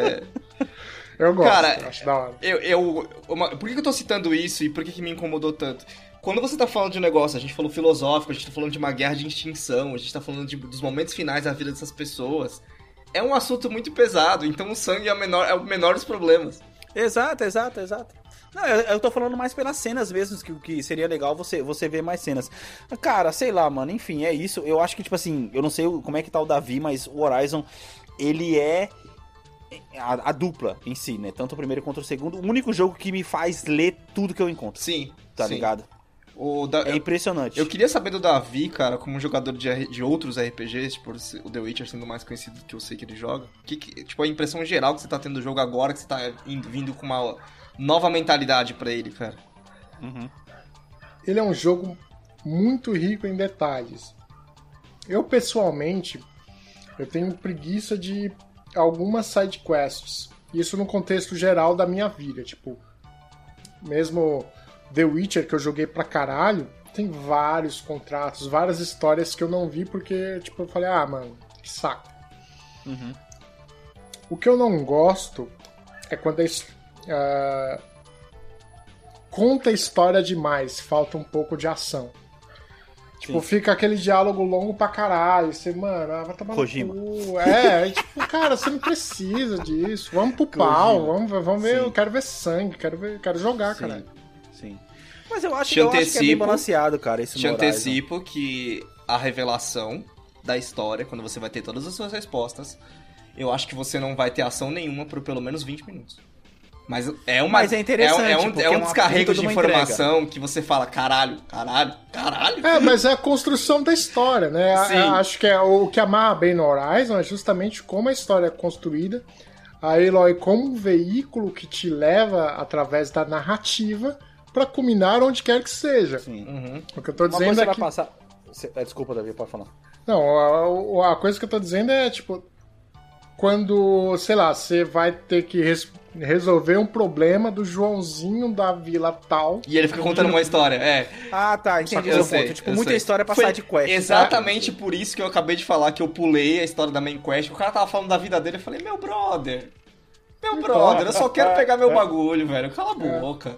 Eu gosto, cara, eu acho da hora. Por que eu tô citando isso e por que me incomodou tanto? Quando você tá falando de um negócio, a gente falou filosófico, a gente tá falando de uma guerra de extinção, a gente tá falando dos momentos finais da vida dessas pessoas, é um assunto muito pesado, então o sangue é o menor dos problemas. Exato. Não, eu tô falando mais pelas cenas mesmo, que seria legal você ver mais cenas. Cara, sei lá, mano, enfim, é isso. Eu acho que, tipo assim, eu não sei como é que tá o Davi, mas o Horizon, ele é a dupla em si, né? Tanto o primeiro quanto o segundo. O único jogo que me faz ler tudo que eu encontro. Sim. Tá ligado? É impressionante. Eu queria saber do Davi, cara, como jogador de outros RPGs, tipo o The Witcher sendo mais conhecido que eu sei que ele joga. Tipo, a impressão geral que você tá tendo do jogo agora, que você tá vindo com uma nova mentalidade pra ele, cara. Uhum. Ele é um jogo muito rico em detalhes. Eu, pessoalmente, eu tenho preguiça de algumas side quests. Isso no contexto geral da minha vida. Tipo, mesmo The Witcher, que eu joguei pra caralho, tem vários contratos, várias histórias que eu não vi porque, tipo, eu falei, mano, que saco. Uhum. O que eu não gosto é quando conta a história demais, falta um pouco de ação. Tipo, fica aquele diálogo longo pra caralho. Você, mano, vai tomar no cu. Tipo, cara, você não precisa disso. Vamos pro pau, vamos ver, eu quero ver sangue, quero jogar, cara. Sim. Mas eu acho que é bem balanceado, cara, esse Te antecipo que a revelação da história, quando você vai ter todas as suas respostas, eu acho que você não vai ter ação nenhuma por pelo menos 20 minutos. Mas Mas é interessante, é um descarrego de informação entrega. Que você fala, caralho. Mas é a construção da história, né? Acho que o que amarra bem no Horizon é justamente como a história é construída, a Aloy como um veículo que te leva através da narrativa pra culminar onde quer que seja. Sim. Uhum. O que eu tô dizendo é que... Desculpa, Davi, pode falar. Não, a coisa que eu tô dizendo é, tipo, quando, sei lá, você vai ter que resolver um problema do Joãozinho da vila tal. E ele fica contando uma história, tá, entendi o seu ponto. Tipo, muita história pra side quest. Exatamente por isso que eu acabei de falar que eu pulei a história da main quest. O cara tava falando da vida dele, eu falei, meu brother, eu só quero pegar meu bagulho, velho. Cala a boca.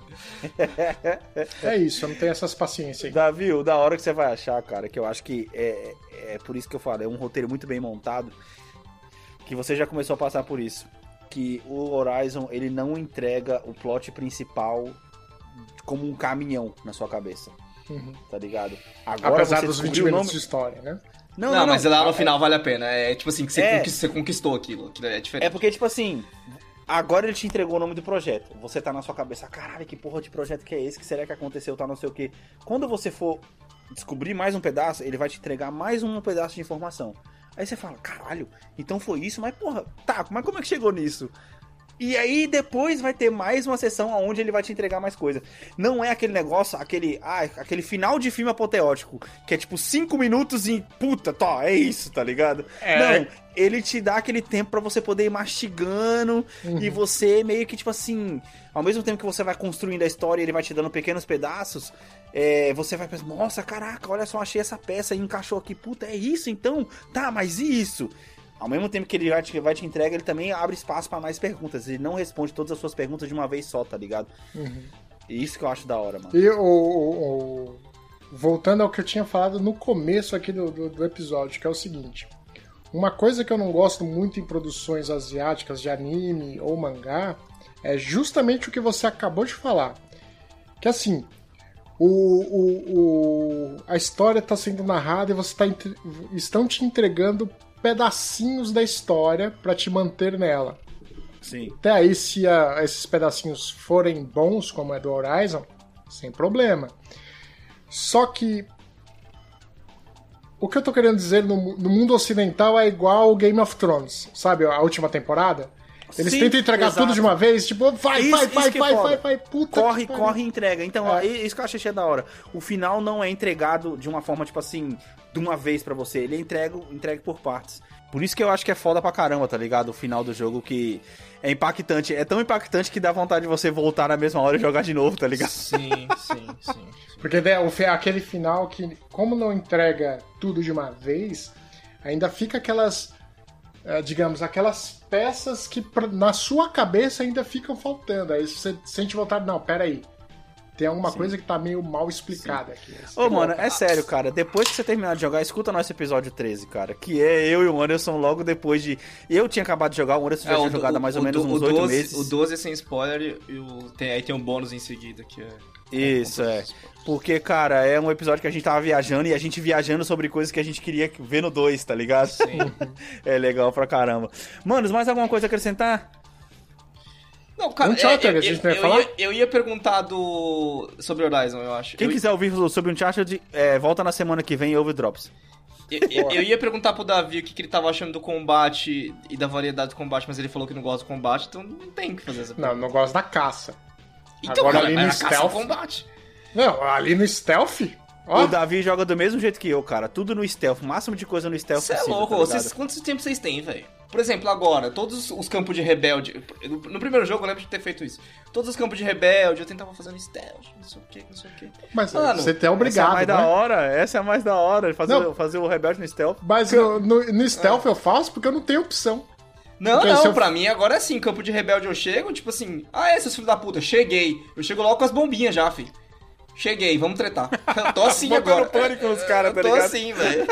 É isso, eu não tenho essas paciências aí. Davi, o da hora que você vai achar, cara, que eu acho que é por isso que eu falo, é um roteiro muito bem montado, que você já começou a passar por isso. Que o Horizon, ele não entrega o plot principal como um caminhão na sua cabeça. Uhum. Tá ligado? Agora apesar dos 20 minutos de história, né? Não, mas lá no final vale a pena. É tipo assim, que você conquistou aquilo. Que é diferente. É porque, tipo assim, agora ele te entregou o nome do projeto. Você tá na sua cabeça, caralho, que porra de projeto que é esse? Que será que aconteceu? Tá não sei o quê. Quando você for descobrir mais um pedaço, ele vai te entregar mais um pedaço de informação. Aí você fala, caralho, então foi isso? Mas porra, mas como é que chegou nisso? E aí depois vai ter mais uma sessão onde ele vai te entregar mais coisa. Não é aquele negócio, aquele final de filme apoteótico, que é tipo 5 minutos e puta, é isso, tá ligado? Não, ele te dá aquele tempo pra você poder ir mastigando e você meio que tipo assim, ao mesmo tempo que você vai construindo a história e ele vai te dando pequenos pedaços, você vai pensar, nossa, caraca, olha só, achei essa peça e encaixou aqui, puta, é isso então? Tá, mas e isso? Ao mesmo tempo que ele vai te entregar, ele também abre espaço pra mais perguntas. Ele não responde todas as suas perguntas de uma vez só, tá ligado? E isso que eu acho da hora, mano. E voltando ao que eu tinha falado no começo aqui do episódio, que é o seguinte. Uma coisa que eu não gosto muito em produções asiáticas de anime ou mangá é justamente o que você acabou de falar. Que assim, a história está sendo narrada e estão te entregando pedacinhos da história para te manter nela. Sim. Até aí, se esses pedacinhos forem bons, como é do Horizon, sem problema. Só que o que eu tô querendo dizer no mundo ocidental é igual ao Game of Thrones, sabe? A última temporada. Eles tentam entregar tudo de uma vez, tipo, vai, puta. Corre e entrega. Então, isso que eu achei da hora. O final não é entregado de uma forma, tipo assim, de uma vez pra você. Ele é entregue por partes. Por isso que eu acho que é foda pra caramba, tá ligado? O final do jogo que é impactante. É tão impactante que dá vontade de você voltar na mesma hora e jogar de novo, tá ligado? Sim. Porque aquele final que, como não entrega tudo de uma vez, ainda fica aquelas, digamos, aquelas peças que na sua cabeça ainda ficam faltando. Aí você sente vontade, não, peraí. tem alguma coisa que tá meio mal explicada aqui. Ô, mano, é sério, cara. Depois que você terminar de jogar, escuta nosso episódio 13, cara. Que é eu e o Anderson logo depois de... Eu tinha acabado de jogar, o Anderson já tinha jogado há mais ou menos uns 8 meses. O 12 é sem spoiler e aí tem um bônus em seguida, que é... Isso, Porque, cara, é um episódio que a gente tava viajando e a gente viajando sobre coisas que a gente queria ver no 2, tá ligado? Sim. É legal pra caramba. Manos, mais alguma coisa a acrescentar? Não, cara, Uncharted, a gente não ia falar? Eu ia perguntar sobre Horizon, eu acho. Quem quiser ouvir sobre Uncharted, volta na semana que vem e ouve Drops. Eu ia perguntar pro Davi o que ele tava achando do combate e da variedade do combate, mas ele falou que não gosta do combate, então não tem o que fazer essa pergunta. Não gosto da caça. Então, agora cara, ali no stealth... combate. Não, ali no stealth... Ó. O Davi joga do mesmo jeito que eu, cara. Tudo no stealth, o máximo de coisa no stealth possível. Você é louco, quanto tempo vocês têm, velho? Por exemplo, agora, todos os campos de rebelde... No primeiro jogo eu lembro de ter feito isso. Todos os campos de rebelde eu tentava fazer no stealth, não sei o que. Mas mano, você é obrigado, essa é a mais da hora, fazer o rebelde no stealth. Mas no stealth eu faço porque eu não tenho opção. Não, pra mim agora é assim, campo de rebelde eu chego, tipo assim, seus filhos da puta, cheguei. Eu chego logo com as bombinhas já, filho. Cheguei, vamos tretar. Eu tô assim agora. Pânico nos caras, tá ligado? ligado? Eu tô assim, velho.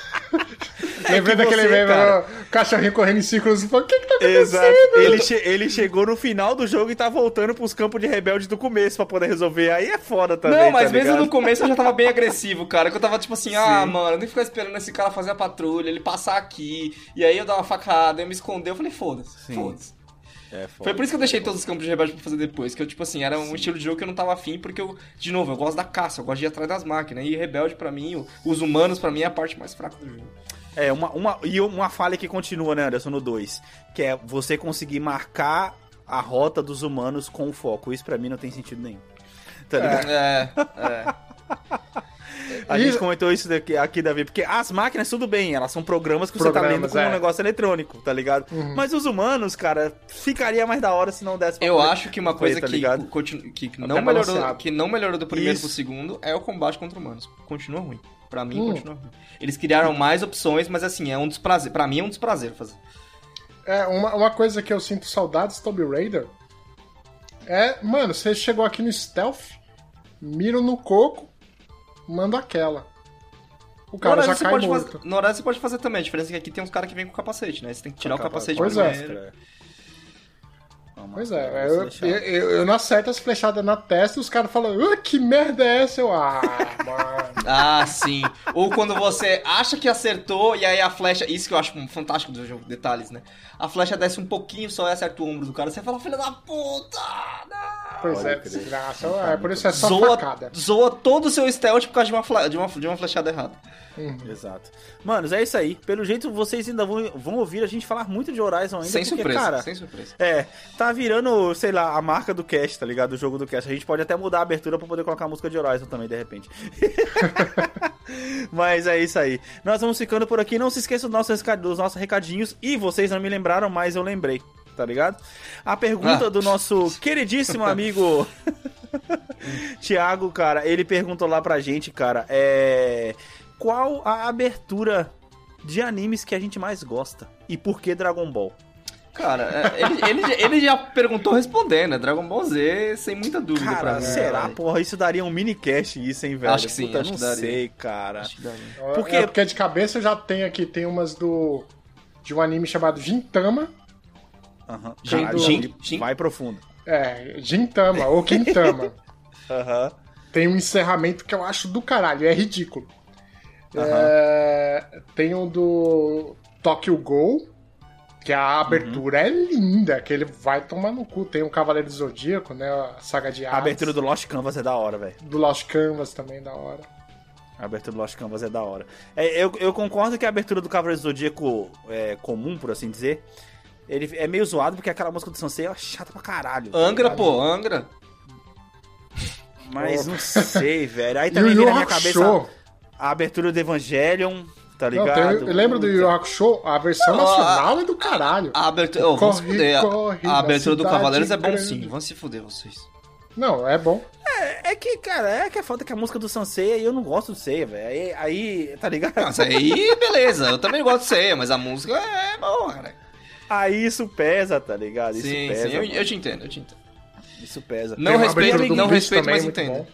Lembrei daquele meme, o cachorrinho correndo em círculos e falando, o que tá acontecendo? Exato. Ele chegou no final do jogo e tá voltando pros campos de rebelde do começo pra poder resolver. Aí é foda também, não, mas tá mesmo no começo eu já tava bem agressivo, cara. Que eu tava tipo assim, mano, eu nem ficar esperando esse cara fazer a patrulha, ele passar aqui, e aí eu dar uma facada, eu me esconder, eu falei, foda-se. Foi por isso que eu deixei todos os campos de rebelde pra fazer depois, que eu, tipo assim, era um estilo de jogo que eu não tava afim, porque eu, de novo, eu gosto da caça, eu gosto de ir atrás das máquinas, e rebelde pra mim, os humanos pra mim é a parte mais fraca do jogo. Uma falha que continua, né, Anderson, no 2, que é você conseguir marcar a rota dos humanos com foco. Isso pra mim não tem sentido nenhum. Tá ligado? A gente comentou isso aqui, Davi, porque as máquinas, tudo bem, elas são programas que você tá lendo com um negócio eletrônico, tá ligado? Uhum. Mas os humanos, cara, ficaria mais da hora se não desse pra acho que uma coisa que não melhorou do primeiro pro segundo é o combate contra humanos. Continua ruim. Pra mim, continua ruim. Eles criaram mais opções, mas assim, é um desprazer. Pra mim é um desprazer fazer. Uma coisa que eu sinto saudades do Tomb Raider mano, você chegou aqui no stealth, mira no coco, manda aquela. O cara já cai morto. No horário você pode fazer também, a diferença é que aqui tem uns caras que vêm com capacete, né? Você tem que tirar o capacete primeiro. Pois é, eu não acerto as flechadas na testa e os caras falam, que merda é essa? Mano. Sim. Ou quando você acha que acertou e aí a flecha... Isso que eu acho fantástico do jogo, detalhes, né? A flecha desce um pouquinho só e acerta o ombro do cara. Você fala, filha da puta! Não. Pois é, desgraça. Por isso é só facada. Zoa todo o seu stealth por causa de uma flechada errada. Exato. Manos, é isso aí. Pelo jeito, vocês ainda vão ouvir a gente falar muito de Horizon ainda. Sem surpresa. Tá virando, sei lá, a marca do cast, tá ligado? O jogo do cast. A gente pode até mudar a abertura pra poder colocar a música de Horizon também, de repente. Mas é isso aí. Nós vamos ficando por aqui. Não se esqueçam dos nossos recadinhos. E vocês não me lembraram, mas eu lembrei. Tá ligado? A pergunta do nosso queridíssimo amigo Thiago, cara, ele perguntou lá pra gente, cara, qual a abertura de animes que a gente mais gosta? E por que Dragon Ball? Cara, ele já perguntou respondendo, né? Dragon Ball Z, sem muita dúvida. Cara, pra mim. Será? Porra, isso daria um minicast isso, hein, velho? Acho que sim, Puta, não sei, cara. Acho que daria. Porque de cabeça eu já tenho aqui, tem umas de um anime chamado Gintama. Vai profundo. Gintama, ou Quintama. Tem um encerramento que eu acho do caralho, é ridículo. Tem o do Tokyo Ghoul, que a abertura é linda, que ele vai tomar no cu. Tem o Cavaleiro do Zodíaco, né? A saga de Hades. A abertura do Lost Canvas é da hora, velho. Do Lost Canvas também é da hora. A abertura do Lost Canvas é da hora. Eu concordo que a abertura do Cavaleiro do Zodíaco é comum, por assim dizer. Ele é meio zoado porque aquela música do Sansei é chata pra caralho. Angra, pô, Angra. Mas não sei, velho. Aí também vira na minha cabeça a abertura do Evangelion, tá ligado? Eu lembro do Yu Yu Hakusho, a versão nacional é do caralho. A abertura a abertura do Cavaleiros é bom sim, vão se fuder vocês. Não, é bom. É que, cara, é foda que a música do Sansei aí eu não gosto do Seiya, velho. Aí, tá ligado? Mas aí, beleza, eu também gosto do Seiya, mas a música é boa, cara. Aí isso pesa, tá ligado? Isso pesa. Sim, eu te entendo. Isso pesa. Não respeito, mas entendo.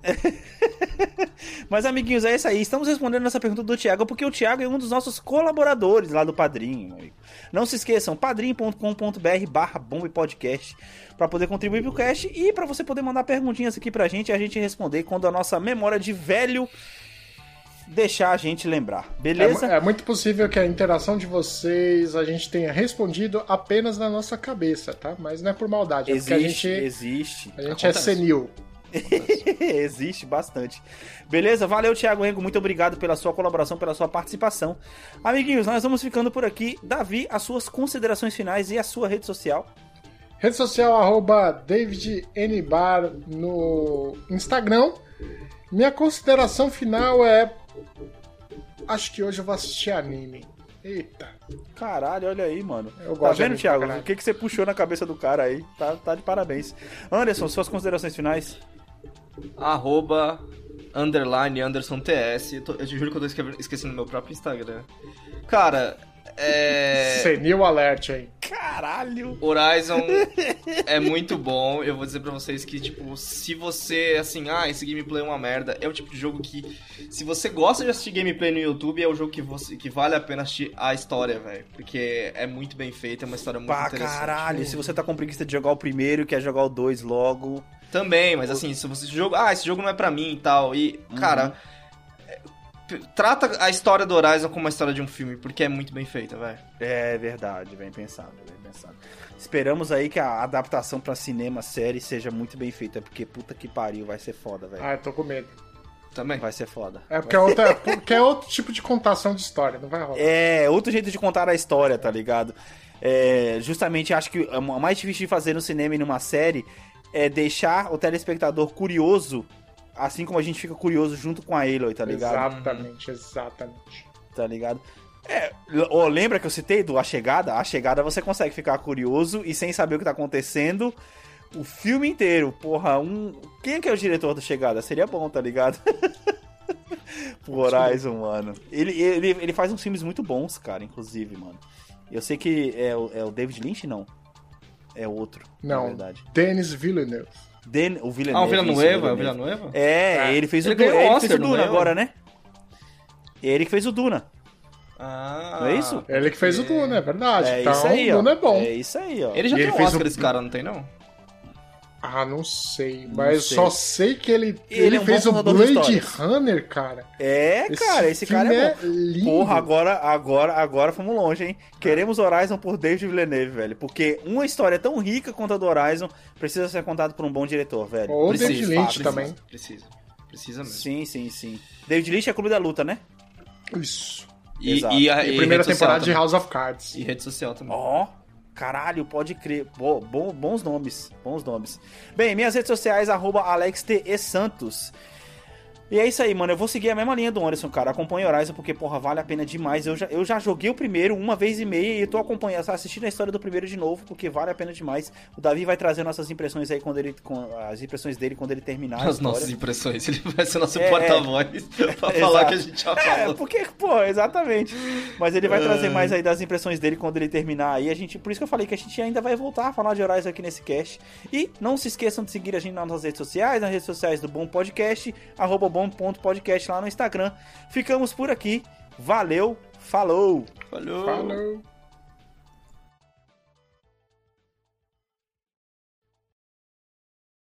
Mas, amiguinhos, é isso aí. Estamos respondendo essa pergunta do Thiago, porque o Thiago é um dos nossos colaboradores lá do Padrinho, amigo. Não se esqueçam, padrim.com.br/bombpodcast para poder contribuir pro cast e para você poder mandar perguntinhas aqui pra gente e a gente responder quando a nossa memória de velho deixar a gente lembrar, beleza? É muito possível que a interação de vocês a gente tenha respondido apenas na nossa cabeça, tá? Mas não é por maldade, é porque existe. A gente é senil. Existe bastante. Beleza? Valeu, Thiago Rengo. Muito obrigado pela sua colaboração, pela sua participação. Amiguinhos, nós vamos ficando por aqui. Davi, as suas considerações finais e a sua rede social. Rede social, @DavidNBar no Instagram. Minha consideração final é... Acho que hoje eu vou assistir anime. Eita. Caralho, olha aí, mano. Tá vendo, Thiago? O que você puxou na cabeça do cara aí? Tá de parabéns. Anderson, suas considerações finais? @_AndersonTS. Eu te juro que eu tô esquecendo meu próprio Instagram. Cara, Senil alert aí. Caralho! Horizon é muito bom. Eu vou dizer pra vocês que, tipo, se você, assim, esse gameplay é uma merda, é o tipo de jogo que, se você gosta de assistir gameplay no YouTube, é o jogo que vale a pena assistir a história, velho. Porque é muito bem feito, é uma história muito interessante. Caralho, se você tá com preguiça de jogar o primeiro e quer jogar o 2 logo... Também, mas assim, se você esse jogo não é pra mim e tal, cara... Trata a história do Horizon como uma história de um filme, porque é muito bem feita, velho. É verdade, bem pensado. Esperamos aí que a adaptação pra cinema, série, seja muito bem feita, porque puta que pariu, vai ser foda, velho. Eu tô com medo. Também. Vai ser foda. Porque é outro tipo de contação de história, não vai rolar. É, outro jeito de contar a história, tá ligado? Justamente acho que o mais difícil de fazer no cinema e numa série é deixar o telespectador curioso, assim como a gente fica curioso junto com a Aloy, tá ligado? Exatamente. Tá ligado? Lembra que eu citei do A Chegada? A Chegada você consegue ficar curioso e sem saber o que tá acontecendo o filme inteiro. Porra, quem é que é o diretor do Chegada? Seria bom, tá ligado? O Horizon, mano. Ele faz uns filmes muito bons, cara, inclusive, mano. Eu sei que é o David Lynch, não? É outro, não, na verdade. Denis Villeneuve. O Villeneuve. O Villanueva? Ele fez o Duna agora, né? Ele que fez o Duna. Não é isso? Ele que fez o Duna, é verdade. É então, isso aí, o Duna é bom. É isso aí, ó. Ele já tem um Oscar, esse cara, não tem, não? Não sei. Mas só sei que ele é um fez bom o Blade Runner, cara. Cara, esse cara é bom. Lindo. Porra, agora fomos longe, hein? Queremos Horizon por David Villeneuve, velho. Porque uma história tão rica quanto a do Horizon precisa ser contada por um bom diretor, velho. Ou David Lynch também. Precisa mesmo. Sim. David Lynch é Clube da Luta, né? Isso. E primeira temporada de House of Cards. E rede social também. Caralho, pode crer. Bons nomes. Bem, minhas redes sociais, @AlexTESantos. E é isso aí, mano. Eu vou seguir a mesma linha do Anderson, cara. Acompanhe Horizon porque, porra, vale a pena demais. Eu já joguei o primeiro uma vez e meia e eu tô acompanhando, assistindo a história do primeiro de novo, porque vale a pena demais. O Davi vai trazer nossas impressões aí as impressões dele quando ele terminar. As nossas impressões. Ele vai ser nosso porta-voz pra falar que a gente já falou. Porque, pô, exatamente. Mas ele vai trazer mais aí das impressões dele quando ele terminar aí. Por isso que eu falei que a gente ainda vai voltar a falar de Horizon aqui nesse cast. E não se esqueçam de seguir a gente nas nossas redes sociais, nas redes sociais do Bom Podcast, @bom.podcast lá no Instagram. Ficamos por aqui. Valeu, falou! Falou!